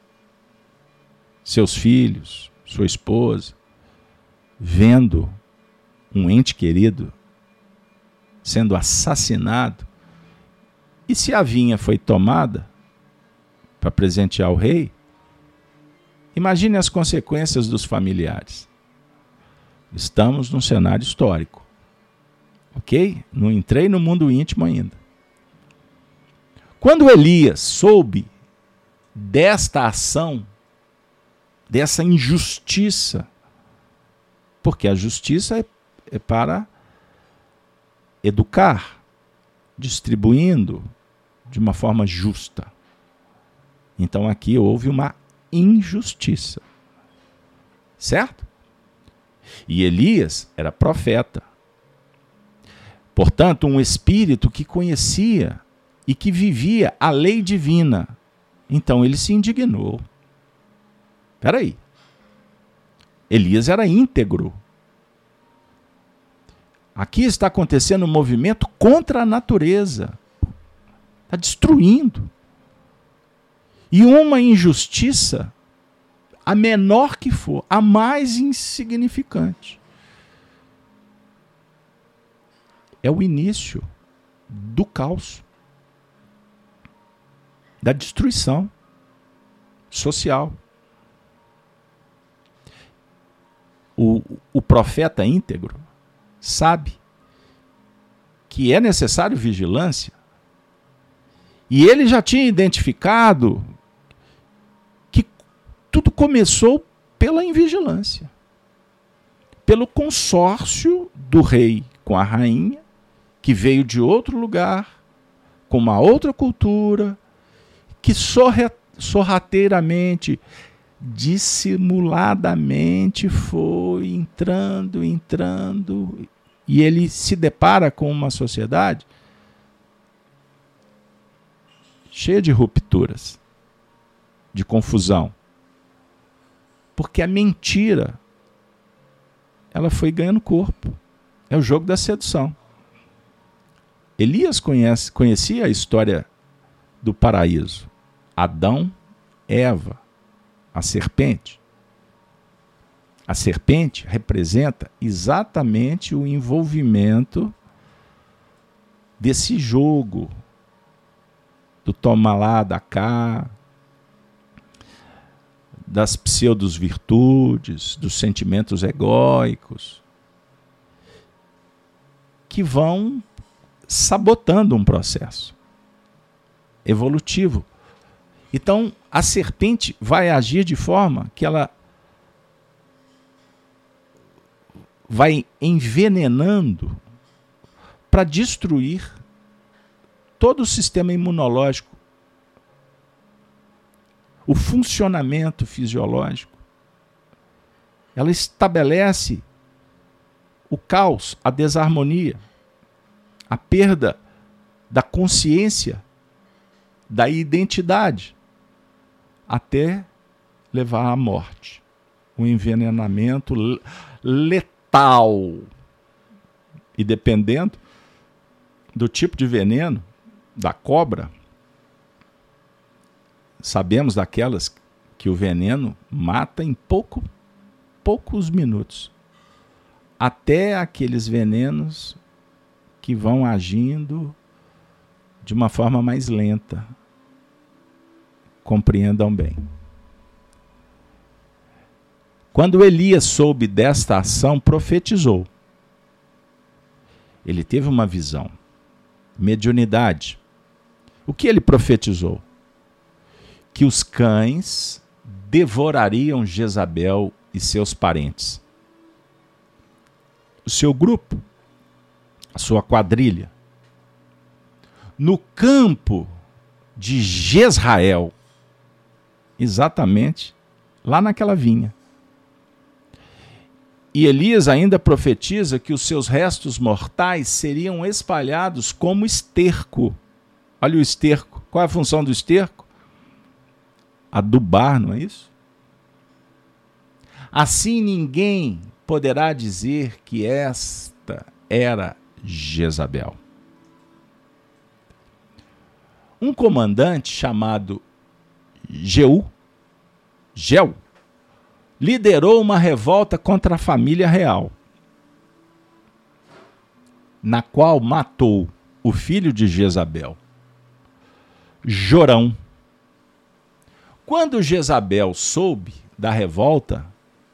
Seus filhos, sua esposa, vendo um ente querido sendo assassinado. E se a vinha foi tomada para presentear o rei, imagine as consequências dos familiares. Estamos num cenário histórico. Ok? Não entrei no mundo íntimo ainda. Quando Elias soube desta ação, dessa injustiça, porque a justiça é, é para educar, distribuindo de uma forma justa. Então aqui houve uma injustiça. Certo? E Elias era profeta. Portanto, um espírito que conhecia e que vivia a lei divina. Então ele se indignou. Espera aí. Elias era íntegro. Aqui está acontecendo um movimento contra a natureza. Está destruindo. E uma injustiça, a menor que for, a mais insignificante, é o início do caos, da destruição social. O, o profeta íntegro sabe que é necessário vigilância, e ele já tinha identificado que tudo começou pela invigilância, pelo consórcio do rei com a rainha, que veio de outro lugar, com uma outra cultura, que sorrateiramente, dissimuladamente foi entrando, entrando, e ele se depara com uma sociedade cheia de rupturas, de confusão, porque a mentira ela foi ganhando corpo. É o jogo da sedução. Elias conhece, conhecia a história do paraíso. Adão, Eva, a serpente. A serpente representa exatamente o envolvimento desse jogo do toma lá, dá cá, das pseudos-virtudes, dos sentimentos egóicos, que vão sabotando um processo evolutivo. Então, a serpente vai agir de forma que ela vai envenenando para destruir todo o sistema imunológico, o funcionamento fisiológico. Ela estabelece o caos, a desarmonia, a perda da consciência, da identidade, até levar à morte. Um envenenamento letal. E dependendo do tipo de veneno, da cobra, sabemos daquelas que o veneno mata em pouco, poucos minutos. Até aqueles venenos que vão agindo de uma forma mais lenta. Compreendam bem. Quando Elias soube desta ação, profetizou. Ele teve uma visão, mediunidade. O que ele profetizou? Que os cães devorariam Jezabel e seus parentes. O seu grupo, a sua quadrilha. No campo de Jezrael, exatamente lá naquela vinha. E Elias ainda profetiza que os seus restos mortais seriam espalhados como esterco. Olha o esterco. Qual é a função do esterco? Adubar, não é isso? Assim ninguém poderá dizer que esta era Jezabel. Um comandante chamado Jeú, Geu, liderou uma revolta contra a família real, na qual matou o filho de Jezabel, Jorão. Quando Jezabel soube da revolta,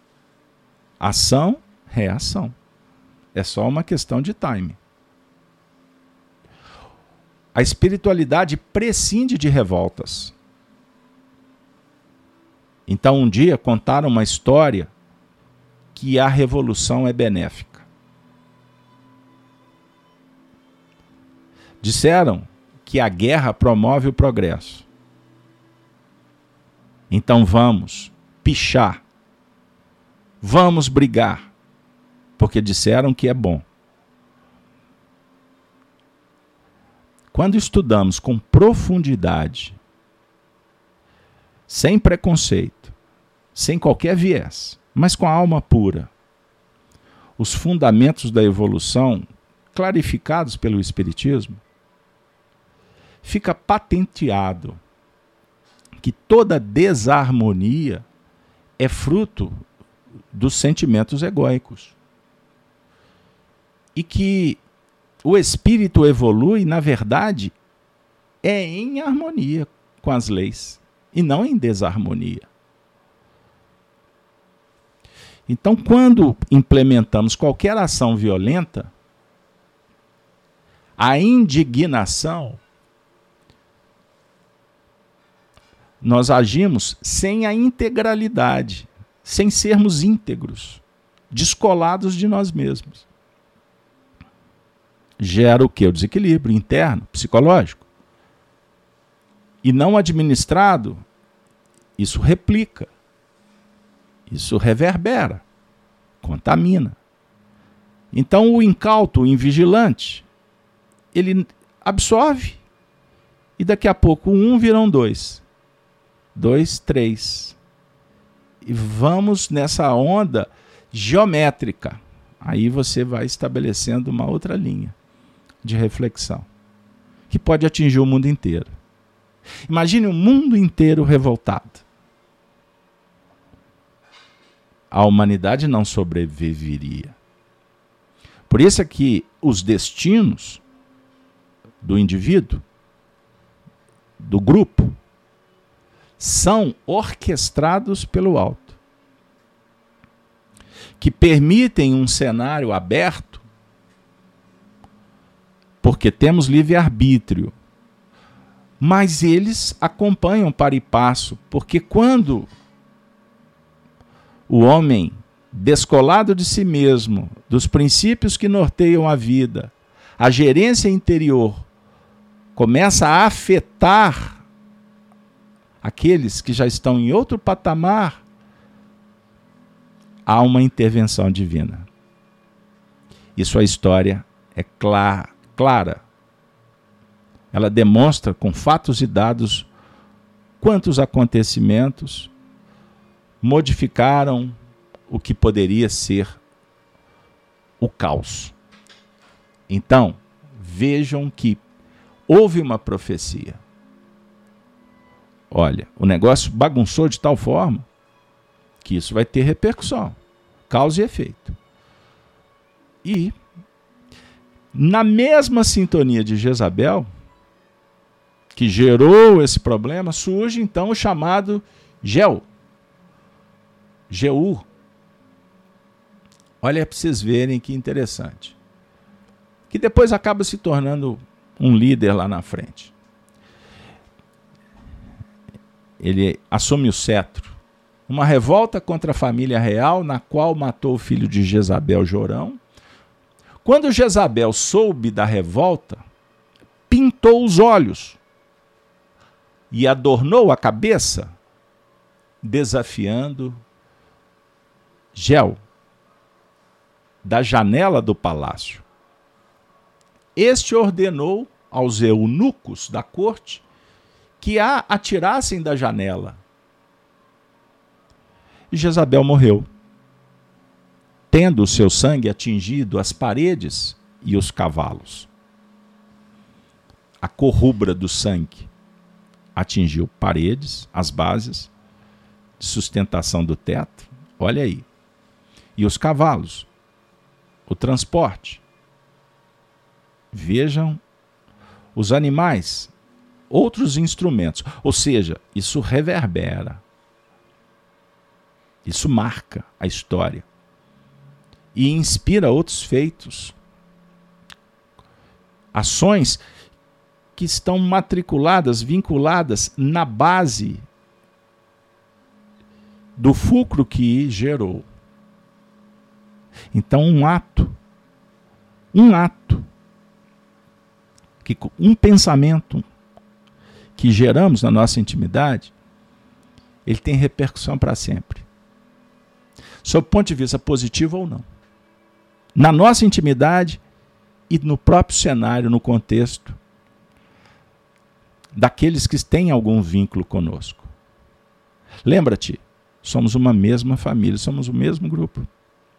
ação, reação. É só uma questão de time. A espiritualidade prescinde de revoltas. Então, um dia contaram uma história que a revolução é benéfica. Disseram que a guerra promove o progresso. Então vamos pichar, vamos brigar, porque disseram que é bom. Quando estudamos com profundidade, sem preconceito, sem qualquer viés, mas com a alma pura, os fundamentos da evolução, clarificados pelo Espiritismo, fica patenteado que toda desarmonia é fruto dos sentimentos egóicos. E que o espírito evolui, na verdade, é em harmonia com as leis, e não em desarmonia. Então, quando implementamos qualquer ação violenta, a indignação, nós agimos sem a integralidade, sem sermos íntegros, descolados de nós mesmos. Gera o quê? O desequilíbrio interno, psicológico. E não administrado, isso replica, isso reverbera, contamina. Então o incauto, o invigilante, ele absorve e daqui a pouco um viram dois, dois, três. E vamos nessa onda geométrica. Aí você vai estabelecendo uma outra linha de reflexão que pode atingir o mundo inteiro. Imagine o mundo inteiro revoltado. A humanidade não sobreviveria. Por isso é que os destinos do indivíduo, do grupo, são orquestrados pelo alto, que permitem um cenário aberto, porque temos livre-arbítrio, mas eles acompanham para e passo, porque quando o homem, descolado de si mesmo, dos princípios que norteiam a vida, a gerência interior, começa a afetar aqueles que já estão em outro patamar, há uma intervenção divina. Isso a história é clara, clara. Ela demonstra com fatos e dados quantos acontecimentos modificaram o que poderia ser o caos. Então, vejam que houve uma profecia. Olha, o negócio bagunçou de tal forma que isso vai ter repercussão, causa e efeito. E, na mesma sintonia de Jezabel, que gerou esse problema, surge então o chamado Geu, Jeú, Olha para vocês verem que interessante. Que depois acaba se tornando um líder lá na frente. Ele assume o cetro. Uma revolta contra a família real, na qual matou o filho de Jezabel, Jorão. Quando Jezabel soube da revolta, pintou os olhos e adornou a cabeça, desafiando Gel da janela do palácio. Este ordenou aos eunucos da corte que a atirassem da janela. E Jezabel morreu, tendo o seu sangue atingido as paredes e os cavalos. A cor rubra do sangue atingiu paredes, as bases de sustentação do teto, olha aí, e os cavalos, o transporte. Vejam os animais, outros instrumentos, ou seja, isso reverbera, isso marca a história e inspira outros feitos, ações que estão matriculadas, vinculadas na base do fulcro que gerou. Então, um ato, um ato, que, um pensamento que geramos na nossa intimidade, ele tem repercussão para sempre. Sob o ponto de vista positivo ou não. Na nossa intimidade e no próprio cenário, no contexto daqueles que têm algum vínculo conosco. Lembra-te, somos uma mesma família, somos o mesmo grupo.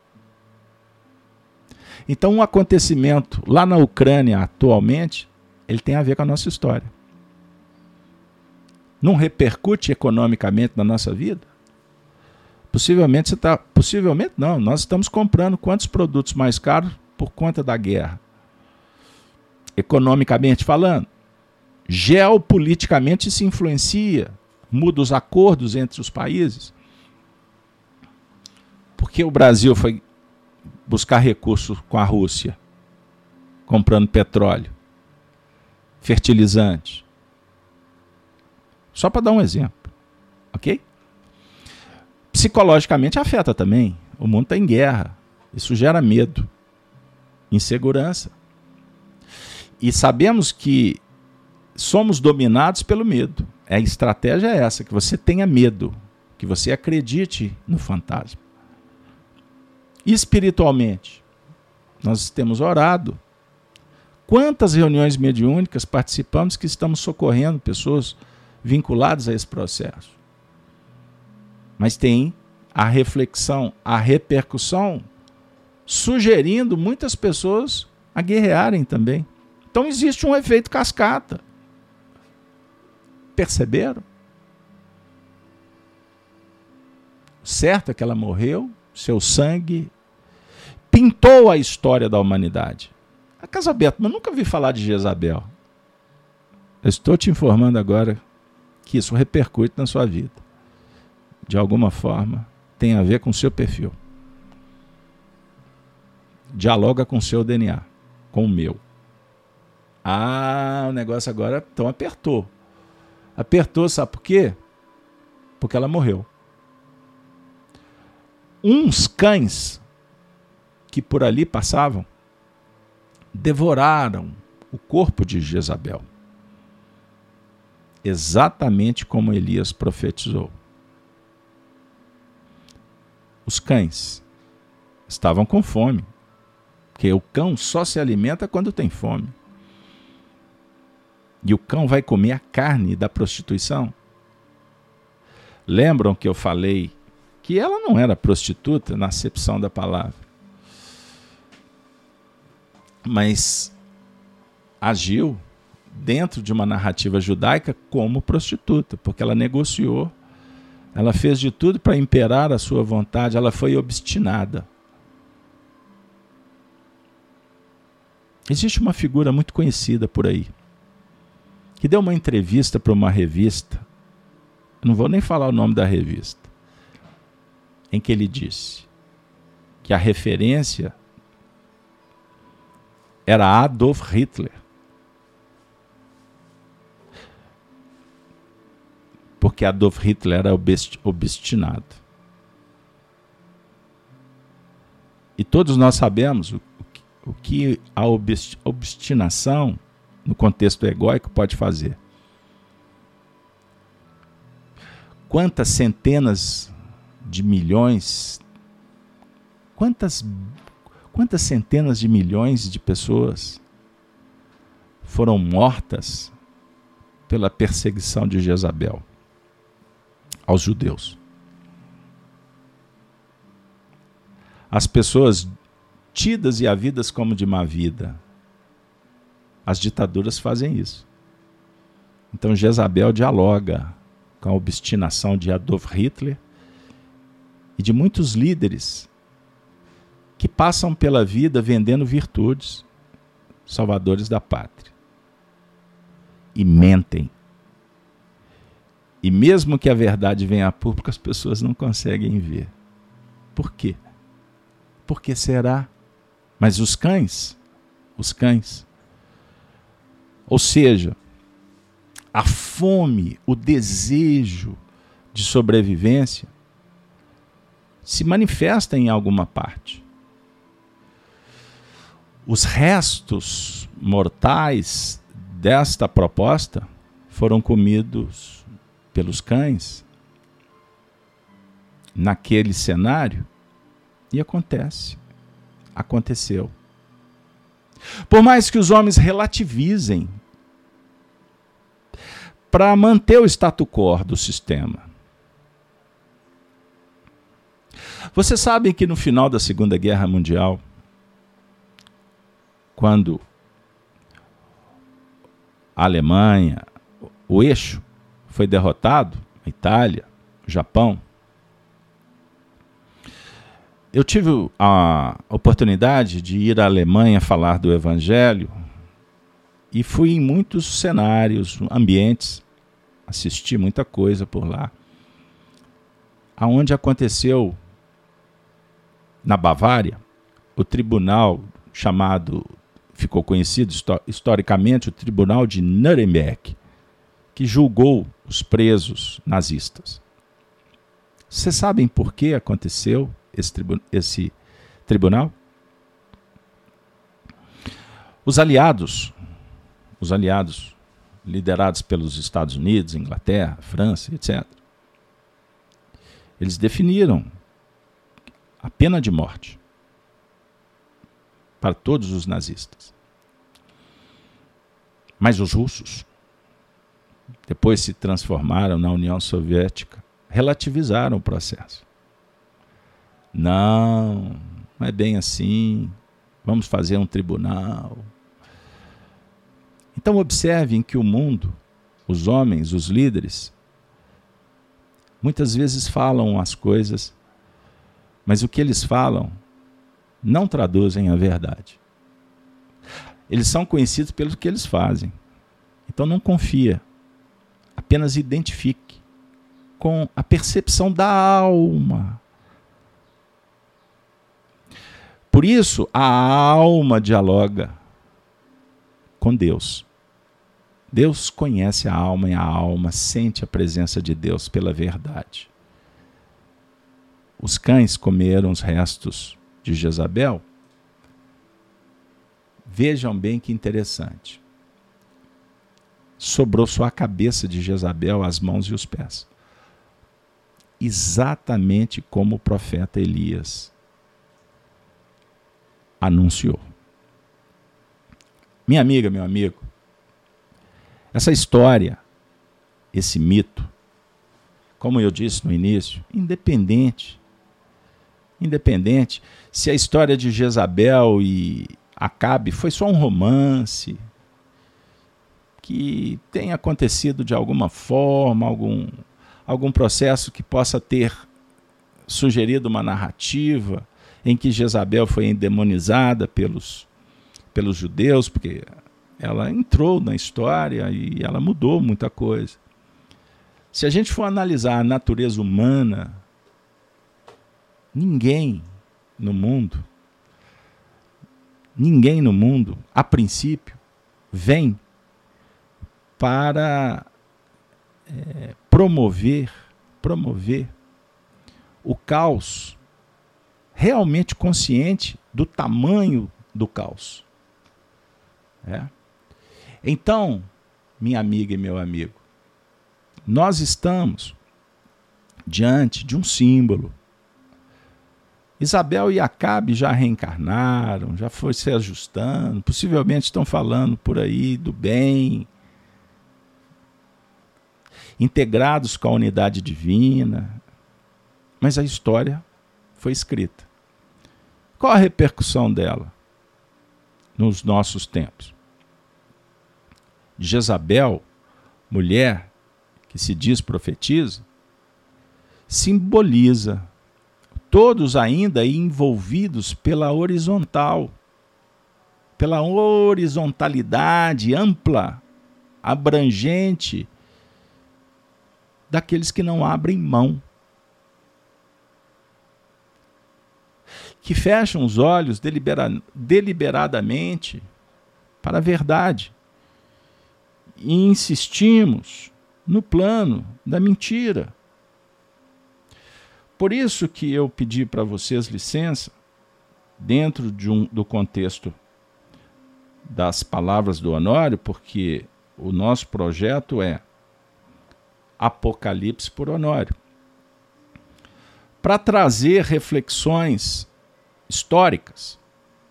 Então, um acontecimento lá na Ucrânia atualmente, ele tem a ver com a nossa história. Não repercute economicamente na nossa vida? Possivelmente você está. Possivelmente não, nós estamos comprando quantos produtos mais caros por conta da guerra? Economicamente falando. Geopoliticamente se influencia, muda os acordos entre os países. Porque o Brasil foi buscar recursos com a Rússia, comprando petróleo, fertilizante. Só para dar um exemplo, ok? Psicologicamente afeta também. O mundo está em guerra. Isso gera medo, insegurança. E sabemos que somos dominados pelo medo. A estratégia é essa, que você tenha medo, que você acredite no fantasma. Espiritualmente, nós temos orado. Quantas reuniões mediúnicas participamos que estamos socorrendo pessoas vinculadas a esse processo? Mas tem a reflexão, a repercussão, sugerindo muitas pessoas a guerrearem também. Então existe um efeito cascata. Perceberam? Certo é que ela morreu, seu sangue pintou a história da humanidade. A Casa Aberta, mas nunca vi falar de Jezabel. Eu estou te informando agora que isso repercute na sua vida. De alguma forma, tem a ver com o seu perfil. Dialoga com o seu D N A, com o meu. Ah, o negócio agora então apertou. Apertou, sabe por quê? Porque ela morreu. Uns cães que por ali passavam devoraram o corpo de Jezabel. Exatamente como Elias profetizou. Os cães estavam com fome, porque o cão só se alimenta quando tem fome. E o cão vai comer a carne da prostituição. Lembram que eu falei que ela não era prostituta na acepção da palavra, mas agiu dentro de uma narrativa judaica como prostituta, porque ela negociou, ela fez de tudo para imperar a sua vontade, ela foi obstinada. Existe uma figura muito conhecida por aí, que deu uma entrevista para uma revista, não vou nem falar o nome da revista, em que ele disse que a referência era Adolf Hitler. Porque Adolf Hitler era obstinado. E todos nós sabemos o, o que a obstinação, no contexto egóico, pode fazer. Quantas centenas de milhões, quantas, quantas centenas de milhões de pessoas foram mortas pela perseguição de Jezabel aos judeus. As pessoas tidas e havidas como de má vida. As ditaduras fazem isso. Então Jezabel dialoga com a obstinação de Adolf Hitler e de muitos líderes que passam pela vida vendendo virtudes, salvadores da pátria. E mentem. E mesmo que a verdade venha a público, as pessoas não conseguem ver. Por quê? Por que será? Mas os cães, os cães, ou seja, a fome, o desejo de sobrevivência se manifesta em alguma parte. Os restos mortais desta proposta foram comidos pelos cães naquele cenário. E acontece, aconteceu. Por mais que os homens relativizem para manter o status quo do sistema. Vocês sabem que no final da Segunda Guerra Mundial, quando a Alemanha, o eixo, foi derrotado, a Itália, o Japão, eu tive a oportunidade de ir à Alemanha falar do Evangelho e fui em muitos cenários, ambientes, assisti muita coisa por lá, aonde aconteceu, na Bavária, o tribunal chamado, ficou conhecido historicamente, o Tribunal de Nuremberg, que julgou os presos nazistas. Vocês sabem por que aconteceu esse, tribu- esse tribunal? Os aliados, os aliados liderados pelos Estados Unidos, Inglaterra, França, etcétera, eles definiram a pena de morte para todos os nazistas. Mas os russos, depois se transformaram na União Soviética, relativizaram o processo. Não, não é bem assim, vamos fazer um tribunal. Então observem que o mundo, os homens, os líderes, muitas vezes falam as coisas, mas o que eles falam não traduzem a verdade. Eles são conhecidos pelo que eles fazem. Então não confia. Apenas identifique com a percepção da alma. Por isso, a alma dialoga com Deus. Deus conhece a alma e a alma sente a presença de Deus pela verdade. Os cães comeram os restos de Jezabel. Vejam bem que interessante. Sobrou só a cabeça de Jezabel, as mãos e os pés. Exatamente como o profeta Elias anunciou. Minha amiga, meu amigo, essa história, esse mito, como eu disse no início, independente, independente se a história de Jezabel e Acabe foi só um romance que tenha acontecido de alguma forma, algum, algum processo que possa ter sugerido uma narrativa em que Jezabel foi endemonizada pelos, pelos judeus, porque ela entrou na história e ela mudou muita coisa. Se a gente for analisar a natureza humana, ninguém, no mundo, ninguém no mundo, a princípio, vem para é, promover, promover o caos, realmente consciente do tamanho do caos. É. Então, minha amiga e meu amigo, nós estamos diante de um símbolo. Isabel e Acabe já reencarnaram, já foi se ajustando, possivelmente estão falando por aí do bem, integrados com a unidade divina, mas a história foi escrita. Qual a repercussão dela nos nossos tempos? Jezabel, mulher que se diz profetiza, simboliza todos ainda envolvidos pela horizontal, pela horizontalidade ampla, abrangente, daqueles que não abrem mão, que fecham os olhos delibera- deliberadamente para a verdade, e insistimos no plano da mentira. Por isso que eu pedi para vocês licença, dentro de um, do contexto das palavras do Honório, porque o nosso projeto é Apocalipse por Honório, para trazer reflexões históricas,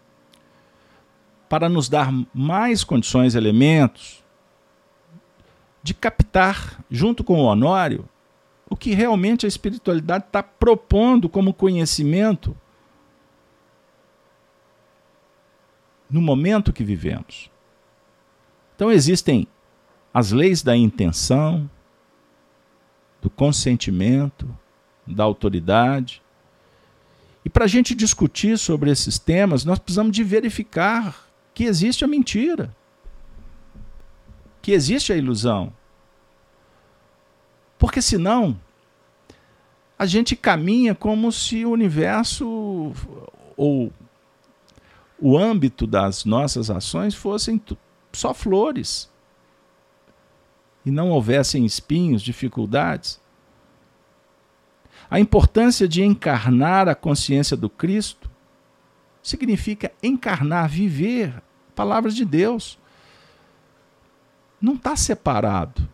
para nos dar mais condições, elementos, de captar, junto com o Honório, o que realmente a espiritualidade está propondo como conhecimento no momento que vivemos. Então existem as leis da intenção, do consentimento, da autoridade. E para a gente discutir sobre esses temas, nós precisamos de verificar que existe a mentira, que existe a ilusão. Porque senão, a gente caminha como se o universo ou o âmbito das nossas ações fossem só flores e não houvessem espinhos, dificuldades. A importância de encarnar a consciência do Cristo significa encarnar, viver palavras de Deus. Não está separado.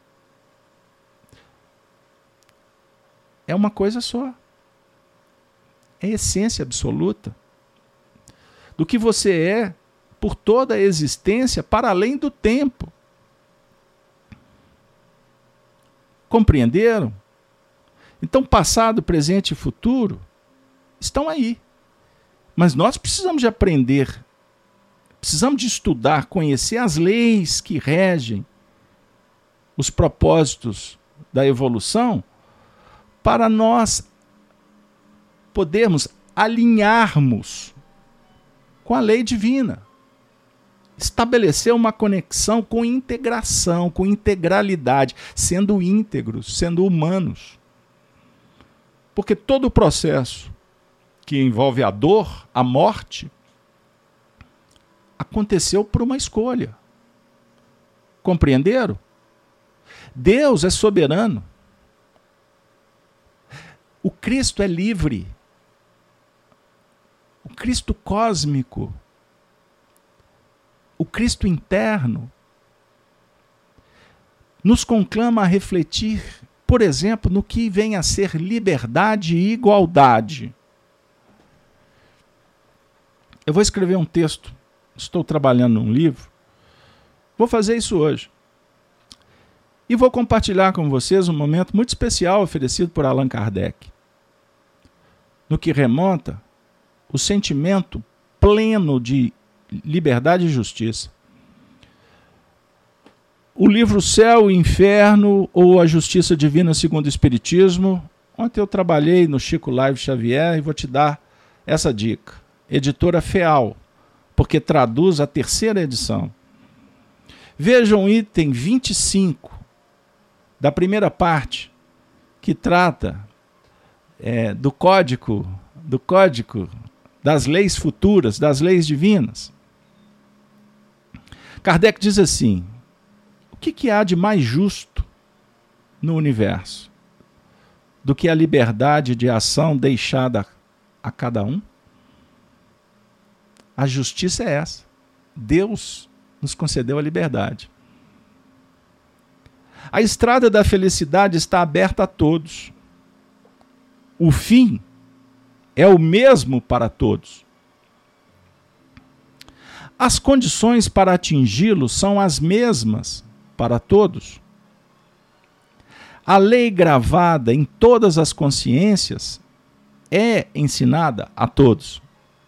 É uma coisa só. É a essência absoluta do que você é por toda a existência para além do tempo. Compreenderam? Então, passado, presente e futuro estão aí. Mas nós precisamos de aprender, precisamos de estudar, conhecer as leis que regem os propósitos da evolução, para nós podermos alinharmos com a lei divina. Estabelecer uma conexão com integração, com integralidade, sendo íntegros, sendo humanos. Porque todo o processo que envolve a dor, a morte, aconteceu por uma escolha. Compreenderam? Deus é soberano. O Cristo é livre. O Cristo cósmico. O Cristo interno nos conclama a refletir, por exemplo, no que vem a ser liberdade e igualdade. Eu vou escrever um texto, estou trabalhando num livro, vou fazer isso hoje. E vou compartilhar com vocês um momento muito especial oferecido por Allan Kardec, no que remonta o sentimento pleno de liberdade e justiça. O livro Céu e Inferno ou A Justiça Divina segundo o Espiritismo. Ontem eu trabalhei no Chico Live Xavier e vou te dar essa dica. Editora Feal, porque traduz a terceira edição. Vejam o item vinte e cinco da primeira parte, que trata é, do Código do código, das leis futuras, das leis divinas. Kardec diz assim: o que, que há de mais justo no universo do que a liberdade de ação deixada a cada um? A justiça é essa. Deus nos concedeu a liberdade. A estrada da felicidade está aberta a todos. O fim é o mesmo para todos. As condições para atingi-lo são as mesmas para todos. A lei gravada em todas as consciências é ensinada a todos.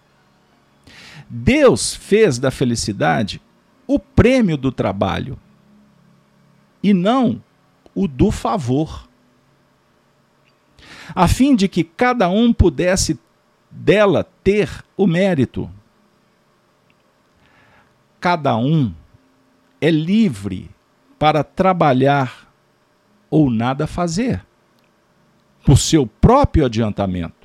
Deus fez da felicidade o prêmio do trabalho e não o do favor, a fim de que cada um pudesse dela ter o mérito. Cada um é livre para trabalhar ou nada fazer, por seu próprio adiantamento.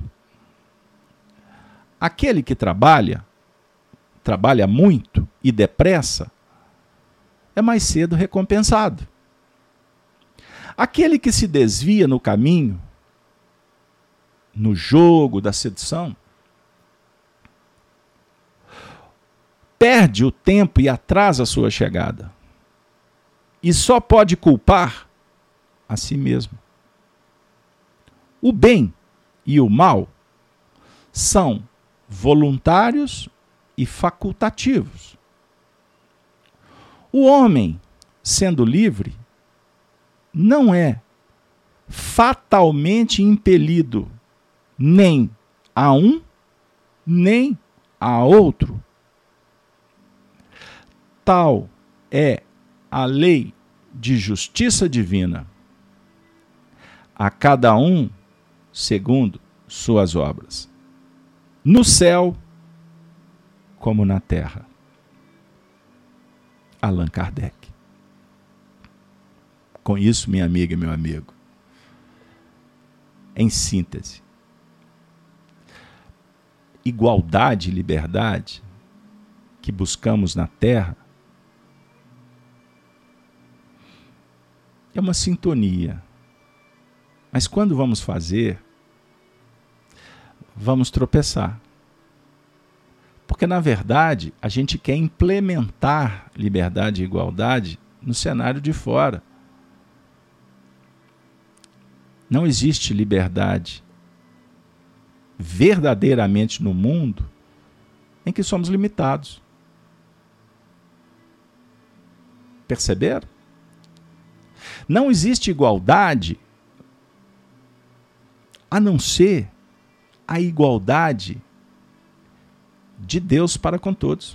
Aquele que trabalha, trabalha muito e depressa, é mais cedo recompensado. Aquele que se desvia no caminho, no jogo da sedução, perde o tempo e atrasa a sua chegada. E só pode culpar a si mesmo. O bem e o mal são voluntários e facultativos. O homem, sendo livre, não é fatalmente impelido nem a um, nem a outro. Tal é a lei de justiça divina. A cada um segundo suas obras, no céu como na terra. Allan Kardec. Com isso, minha amiga e meu amigo, em síntese, igualdade e liberdade que buscamos na terra é uma sintonia. Mas quando vamos fazer, vamos tropeçar. Porque, na verdade, a gente quer implementar liberdade e igualdade no cenário de fora. Não existe liberdade verdadeiramente no mundo em que somos limitados. Perceberam? Não existe igualdade a não ser a igualdade de Deus para com todos.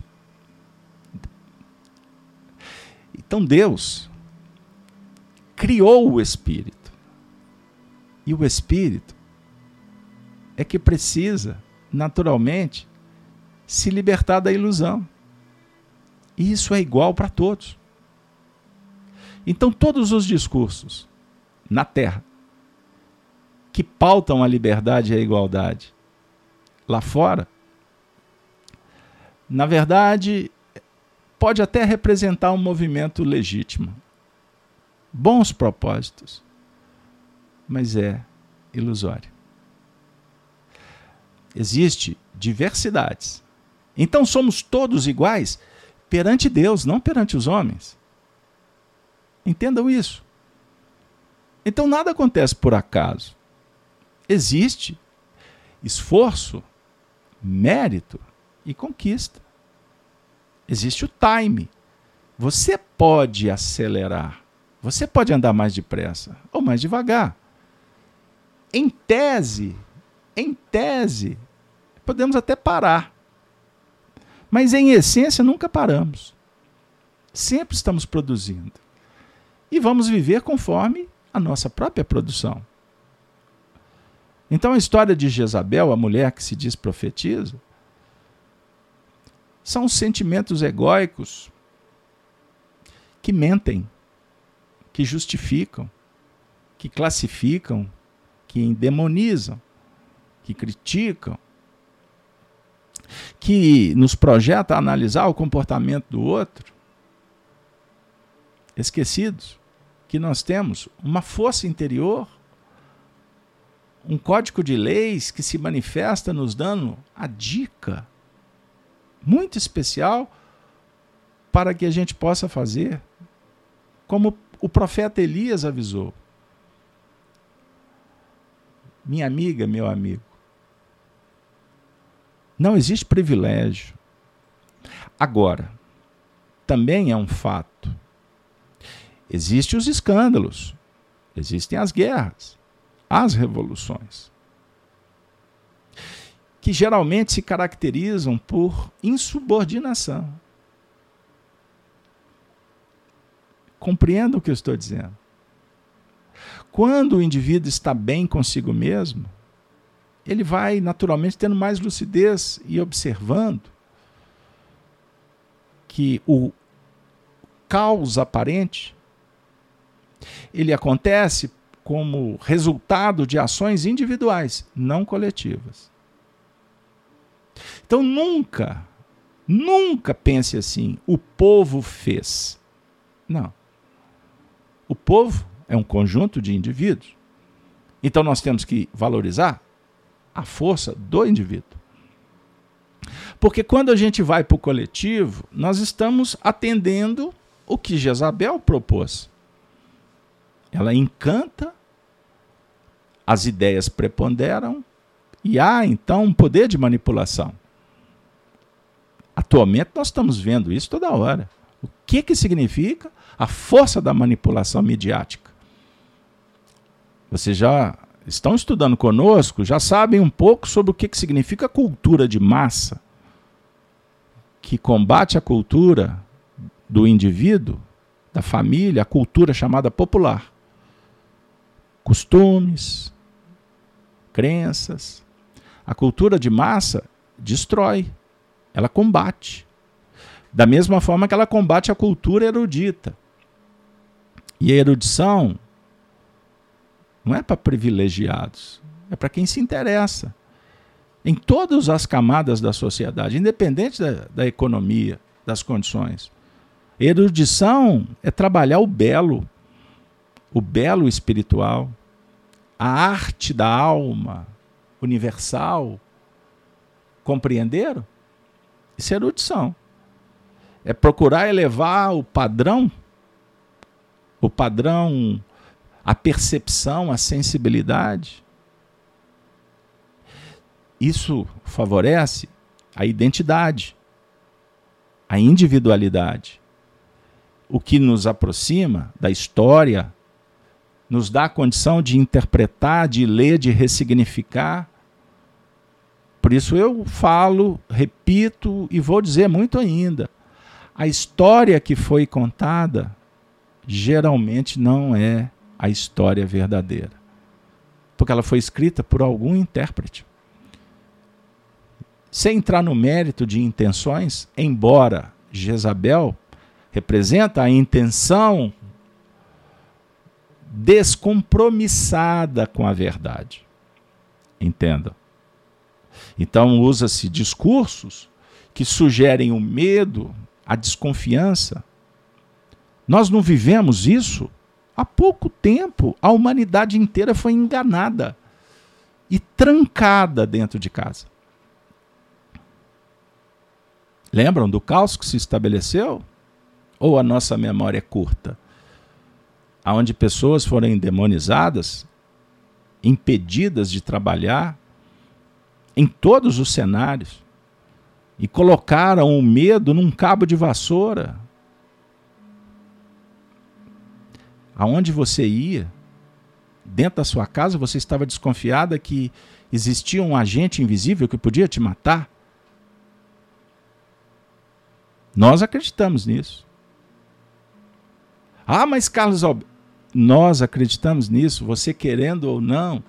Então Deus criou o Espírito. E o Espírito é que precisa, naturalmente, se libertar da ilusão. E isso é igual para todos. Então todos os discursos na Terra que pautam a liberdade e a igualdade lá fora, na verdade, pode até representar um movimento legítimo, bons propósitos, mas é ilusório. Existe diversidades. Então somos todos iguais perante Deus, não perante os homens. Entendam isso. Então nada acontece por acaso. Existe esforço, mérito e conquista. Existe o time. Você pode acelerar. Você pode andar mais depressa ou mais devagar. Em tese, em tese, podemos até parar. Mas em essência nunca paramos. Sempre estamos produzindo. E vamos viver conforme a nossa própria produção. Então a história de Jezabel, a mulher que se diz profetiza, são sentimentos egóicos que mentem, que justificam, que classificam, que endemonizam. que criticam, que nos projeta a analisar o comportamento do outro, esquecidos que nós temos uma força interior, um código de leis que se manifesta nos dando a dica muito especial para que a gente possa fazer, como o profeta Elias avisou. Minha amiga, meu amigo, não existe privilégio. Agora, também é um fato, existem os escândalos, existem as guerras, as revoluções, que geralmente se caracterizam por insubordinação. Compreenda o que eu estou dizendo. Quando o indivíduo está bem consigo mesmo, ele vai naturalmente tendo mais lucidez e observando que o caos aparente, ele acontece como resultado de ações individuais, não coletivas. Então nunca, nunca pense assim, o povo fez. Não. O povo é um conjunto de indivíduos. Então nós temos que valorizar a força do indivíduo. Porque quando a gente vai para o coletivo, nós estamos atendendo o que Jezabel propôs. Ela encanta, as ideias preponderam e há então um poder de manipulação. Atualmente nós estamos vendo isso toda hora. O que, que significa a força da manipulação midiática? Vocês já estão estudando conosco, já sabem um pouco sobre o que, que significa cultura de massa, que combate a cultura do indivíduo, da família, a cultura chamada popular. Costumes, crenças. A cultura de massa destrói, ela combate. Da mesma forma que ela combate a cultura erudita. E a erudição não é para privilegiados, é para quem se interessa. Em todas as camadas da sociedade, independente da, da economia, das condições. Erudição é trabalhar o belo, o belo espiritual, a arte da alma universal. Compreenderam? Isso é erudição. É procurar elevar o padrão, o padrão, a percepção, a sensibilidade. Isso favorece a identidade, a individualidade. O que nos aproxima da história, nos dá a condição de interpretar, de ler, de ressignificar. Por isso eu falo, repito e vou dizer muito ainda. A história que foi contada geralmente não é a história verdadeira, porque ela foi escrita por algum intérprete. Sem entrar no mérito de intenções, embora Jezabel representa a intenção descompromissada com a verdade. Entendam? Então usa-se discursos que sugerem o medo, a desconfiança. Nós não vivemos isso há pouco tempo. A humanidade inteira foi enganada e trancada dentro de casa. Lembram do caos que se estabeleceu? Ou a nossa memória é curta? Onde pessoas foram endemonizadas, impedidas de trabalhar em todos os cenários e colocaram o medo num cabo de vassoura. Aonde você ia, dentro da sua casa, você estava desconfiada que existia um agente invisível que podia te matar? Nós acreditamos nisso. Ah, mas Carlos Alberto, nós acreditamos nisso, você querendo ou não.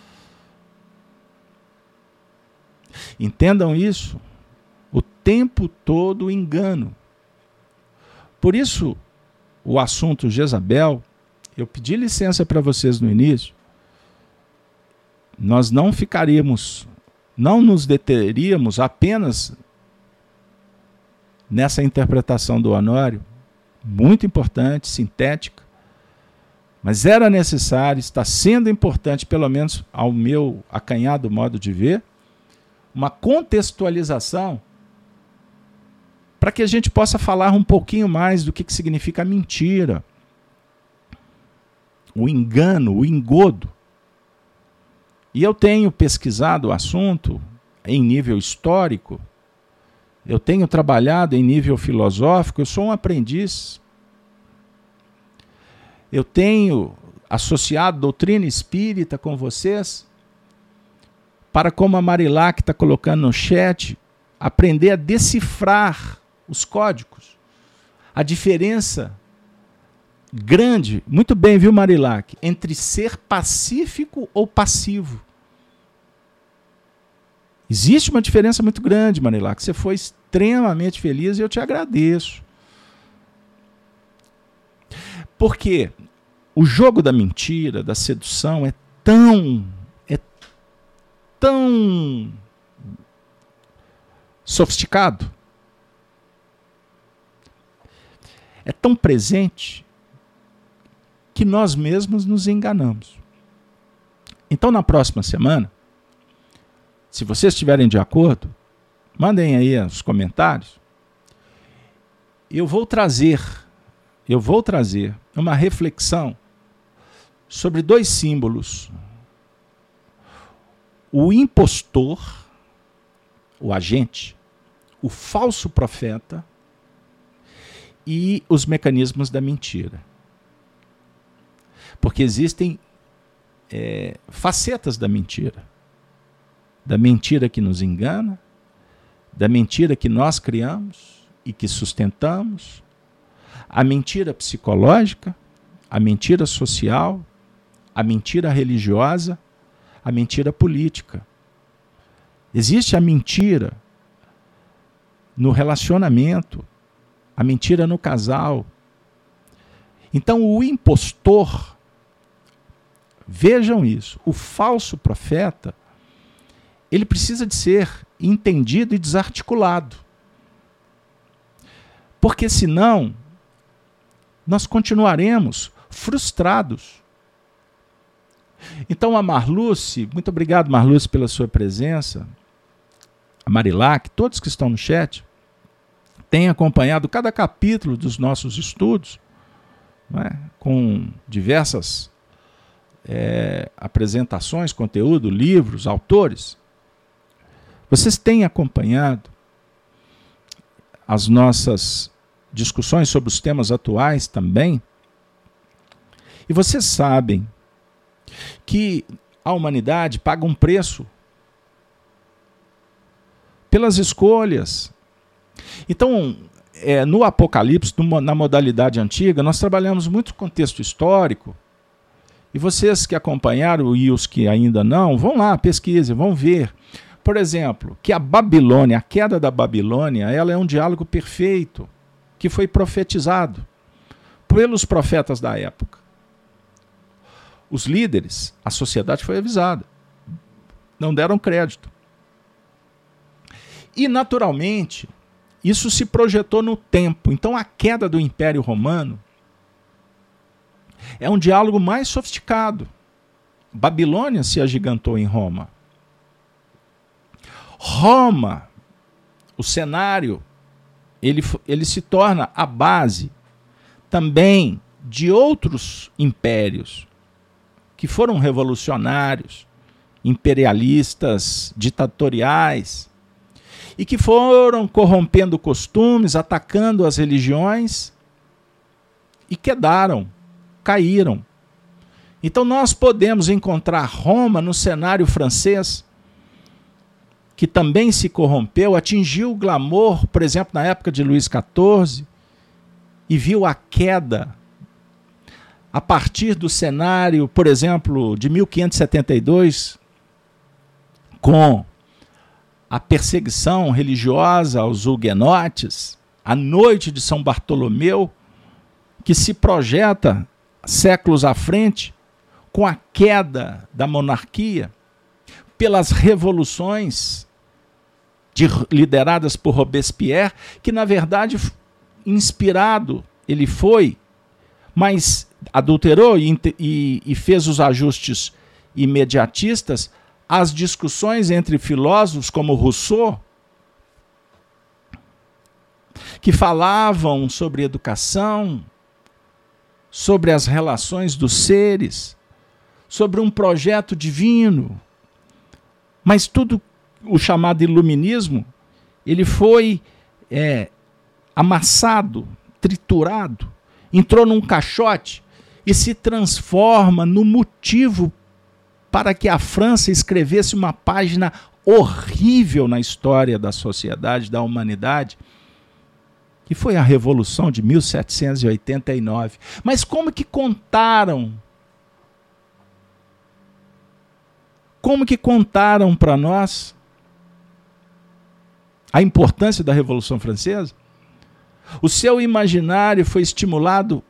Entendam isso. O tempo todo engano. Por isso, o assunto Jezabel, eu pedi licença para vocês no início, nós não ficaríamos, não nos deteríamos apenas nessa interpretação do Honório, muito importante, sintética, mas era necessário, está sendo importante, pelo menos ao meu acanhado modo de ver, uma contextualização para que a gente possa falar um pouquinho mais do que, que significa a mentira, o engano, o engodo. E eu tenho pesquisado o assunto em nível histórico, eu tenho trabalhado em nível filosófico, eu sou um aprendiz. Eu tenho associado doutrina espírita com vocês, para, como a Marilac está colocando no chat, aprender a decifrar os códigos. A diferença grande, muito bem, viu, Marilac, entre ser pacífico ou passivo. Existe uma diferença muito grande, Marilac. Você foi extremamente feliz e eu te agradeço. Porque o jogo da mentira, da sedução é tão, é tão sofisticado, é tão presente, que nós mesmos nos enganamos. Então, na próxima semana, se vocês estiverem de acordo, mandem aí os comentários. Eu vou trazer, eu vou trazer uma reflexão sobre dois símbolos. O impostor, o agente, o falso profeta e os mecanismos da mentira. Porque existem é, facetas da mentira. Da mentira que nos engana, da mentira que nós criamos e que sustentamos, a mentira psicológica, a mentira social, a mentira religiosa, a mentira política. Existe a mentira no relacionamento, a mentira no casal. Então o impostor, vejam isso, o falso profeta, ele precisa de ser entendido e desarticulado. Porque senão, nós continuaremos frustrados. Então a Marluce, muito obrigado Marluce pela sua presença, a Marilac, todos que estão no chat, têm acompanhado cada capítulo dos nossos estudos, não é? Com diversas é, apresentações, conteúdo, livros, autores. Vocês têm acompanhado as nossas discussões sobre os temas atuais também? E vocês sabem que a humanidade paga um preço pelas escolhas. Então, é, no Apocalipse, no, na modalidade antiga, nós trabalhamos muito contexto histórico, e vocês que acompanharam e os que ainda não, vão lá, pesquisem, vão ver. Por exemplo, que a Babilônia, a queda da Babilônia, ela é um diálogo perfeito, que foi profetizado pelos profetas da época. Os líderes, a sociedade foi avisada, não deram crédito. E, naturalmente, isso se projetou no tempo. Então, a queda do Império Romano é um diálogo mais sofisticado. Babilônia se agigantou em Roma. Roma, o cenário, ele, ele se torna a base também de outros impérios que foram revolucionários, imperialistas, ditatoriais, e que foram corrompendo costumes, atacando as religiões, e quedaram, caíram. Então nós podemos encontrar Roma no cenário francês, que também se corrompeu, atingiu o glamour, por exemplo, na época de Luís quatorze, e viu a queda a partir do cenário, por exemplo, de mil quinhentos e setenta e dois, com a perseguição religiosa aos huguenotes, a noite de São Bartolomeu, que se projeta séculos à frente, com a queda da monarquia. pelas revoluções de, lideradas por Robespierre, que na verdade inspirado ele foi, mas adulterou e, e, e fez os ajustes imediatistas às discussões entre filósofos como Rousseau, que falavam sobre educação, sobre as relações dos seres, sobre um projeto divino. Mas tudo, o chamado iluminismo, ele foi é, amassado, triturado, entrou num caixote e se transforma no motivo para que a França escrevesse uma página horrível na história da sociedade, da humanidade, que foi a Revolução de mil setecentos e oitenta e nove. Mas como que contaram? Como que contaram para nós a importância da Revolução Francesa? O seu imaginário foi estimulado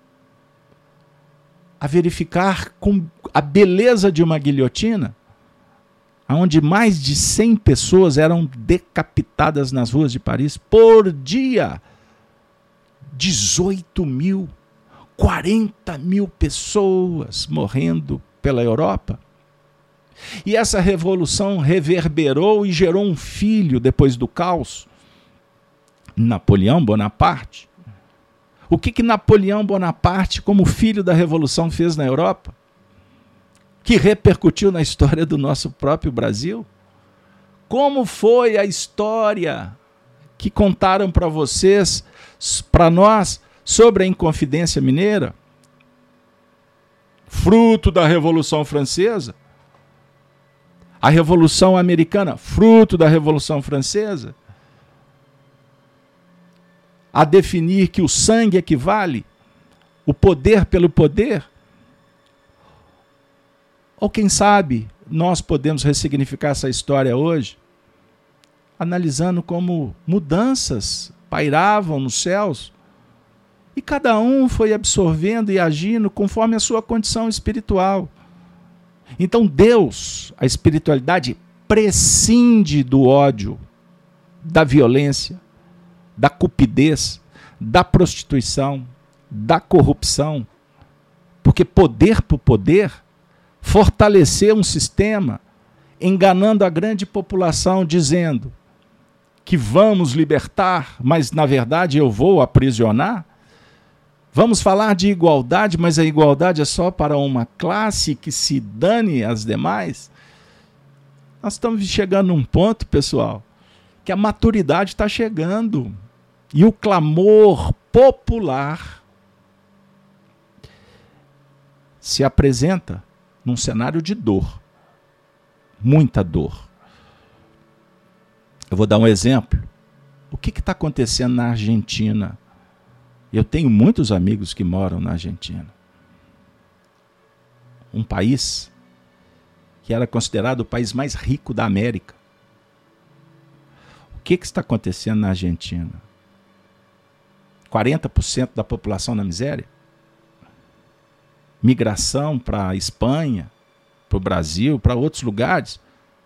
a verificar com a beleza de uma guilhotina, onde mais de cem pessoas eram decapitadas nas ruas de Paris por dia. dezoito mil, quarenta mil pessoas morrendo pela Europa. E essa revolução reverberou e gerou um filho depois do caos, Napoleão Bonaparte. O que que Napoleão Bonaparte, como filho da revolução, fez na Europa? Que repercutiu na história do nosso próprio Brasil? Como foi a história que contaram para vocês, para nós, sobre a Inconfidência Mineira? Fruto da Revolução Francesa? A Revolução Americana, fruto da Revolução Francesa? A definir que o sangue equivale, o poder pelo poder? Ou quem sabe nós podemos ressignificar essa história hoje, analisando como mudanças pairavam nos céus e cada um foi absorvendo e agindo conforme a sua condição espiritual. Então Deus, a espiritualidade, prescinde do ódio, da violência, da cupidez, da prostituição, da corrupção, porque poder por poder fortalecer um sistema, enganando a grande população, dizendo que vamos libertar, mas na verdade eu vou aprisionar. Vamos falar de igualdade, mas a igualdade é só para uma classe que se dane às demais. Nós estamos chegando num ponto, pessoal, que a maturidade está chegando. E o clamor popular se apresenta num cenário de dor. Muita dor. Eu vou dar um exemplo. O que está acontecendo na Argentina? Eu tenho muitos amigos que moram na Argentina. Um país que era considerado o país mais rico da América. O que, que está acontecendo na Argentina? quarenta por cento da população na miséria? Migração para a Espanha, para o Brasil, para outros lugares?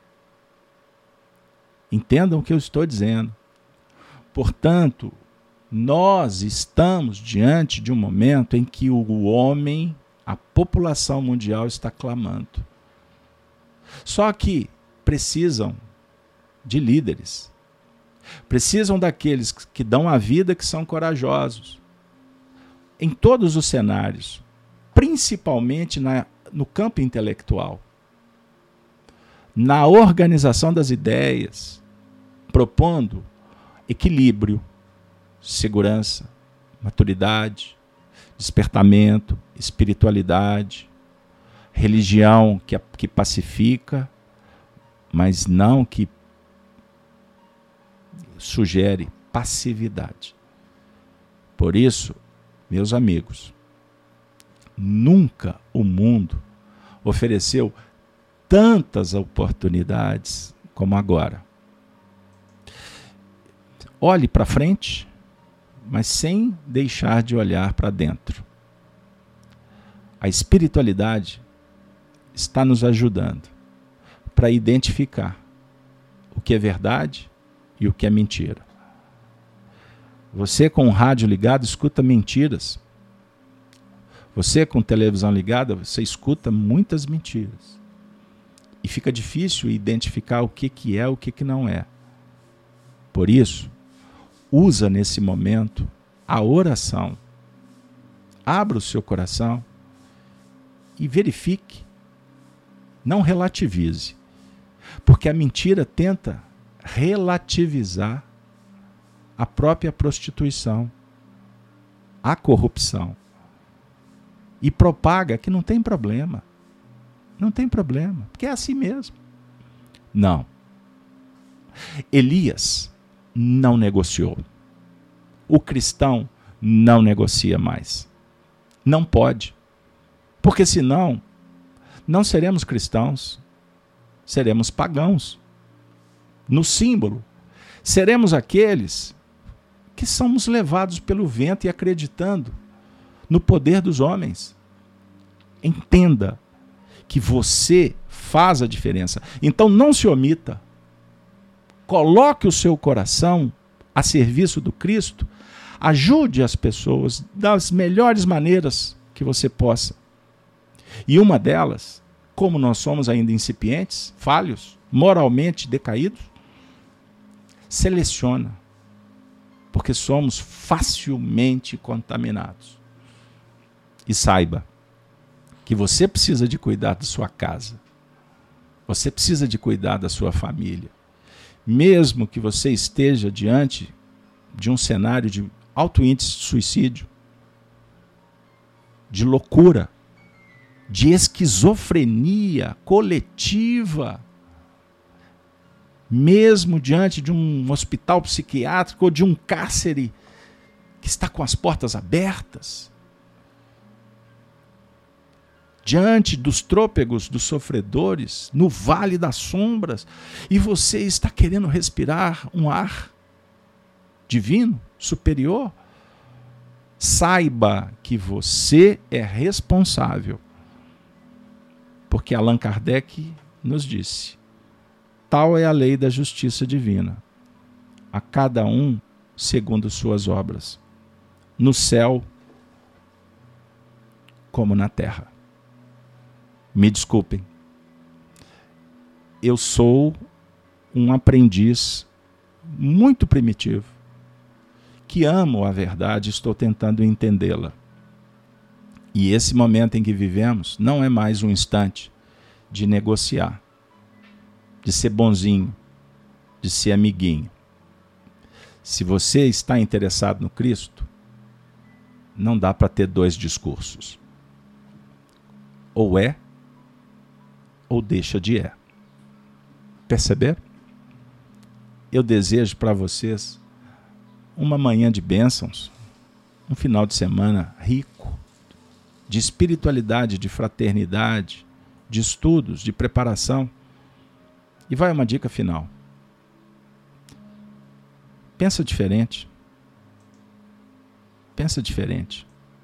Entendam o que eu estou dizendo. Portanto, nós estamos diante de um momento em que o homem, a população mundial está clamando. Só que precisam de líderes. Precisam daqueles que dão a vida, que são corajosos. Em todos os cenários, principalmente na, no campo intelectual. Na organização das ideias, propondo equilíbrio, segurança, maturidade, despertamento, espiritualidade, religião que, que pacifica, mas não que sugere passividade. Por isso, meus amigos, nunca o mundo ofereceu tantas oportunidades como agora. Olhe para frente, mas sem deixar de olhar para dentro. A espiritualidade está nos ajudando. para identificar o que é verdade e o que é mentira. Você com o rádio ligado escuta mentiras. Você com televisão ligada, você escuta muitas mentiras. E fica difícil identificar o que, que é, o que, que não é. Por isso, usa nesse momento a oração. Abra o seu coração e verifique. Não relativize. Porque a mentira tenta relativizar a própria prostituição, a corrupção. E propaga que não tem problema. Não tem problema, porque é assim mesmo. Não. Elias não negociou. O cristão não negocia mais. Não pode. Porque senão, não seremos cristãos, seremos pagãos. No símbolo, seremos aqueles que somos levados pelo vento e acreditando no poder dos homens. Entenda que você faz a diferença. Então não se omita. Coloque o seu coração a serviço do Cristo. Ajude as pessoas das melhores maneiras que você possa. E uma delas, como nós somos ainda incipientes, falhos, moralmente decaídos, seleciona. Porque somos facilmente contaminados. E saiba que você precisa de cuidar da sua casa. Você precisa de cuidar da sua família. Mesmo que você esteja diante de um cenário de alto índice de suicídio, de loucura, de esquizofrenia coletiva, mesmo diante de um hospital psiquiátrico ou de um cárcere que está com as portas abertas, diante dos trôpegos, dos sofredores, no vale das sombras, e você está querendo respirar um ar divino, superior, saiba que você é responsável. Porque Allan Kardec nos disse, tal é a lei da justiça divina, a cada um segundo suas obras, no céu como na terra. Me desculpem, eu sou um aprendiz muito primitivo, que amo a verdade e estou tentando entendê-la. E esse momento em que vivemos não é mais um instante de negociar, de ser bonzinho, de ser amiguinho. Se você está interessado no Cristo, não dá para ter dois discursos. Ou é, ou deixa de é. Perceberam? Eu desejo para vocês uma manhã de bênçãos, um final de semana rico, de espiritualidade, de fraternidade, de estudos, de preparação. E vai uma dica final. Pensa diferente. Pensa diferente.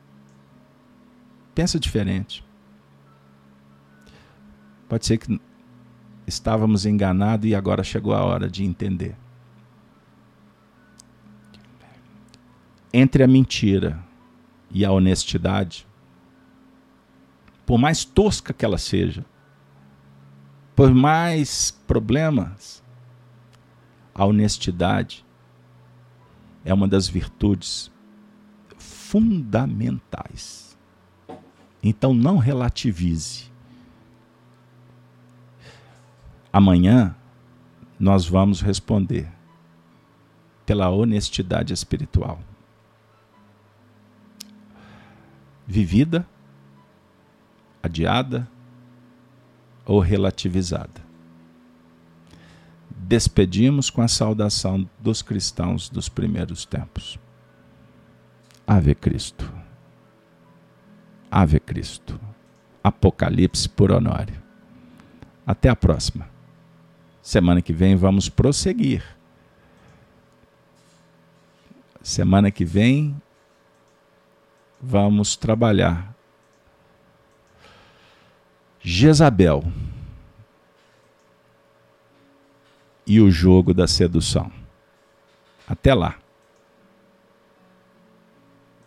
Pensa diferente. Pode ser que estávamos enganados e agora chegou a hora de entender. Entre a mentira e a honestidade, por mais tosca que ela seja, por mais problemas, a honestidade é uma das virtudes fundamentais. Então não relativize. Amanhã nós vamos responder pela honestidade espiritual. Vivida, adiada ou relativizada. Despedimos com a saudação dos cristãos dos primeiros tempos. Ave Cristo. Ave Cristo. Apocalipse por Honório. Até a próxima. Semana que vem vamos prosseguir. Semana que vem vamos trabalhar Jezabel, e o jogo da sedução. Até lá.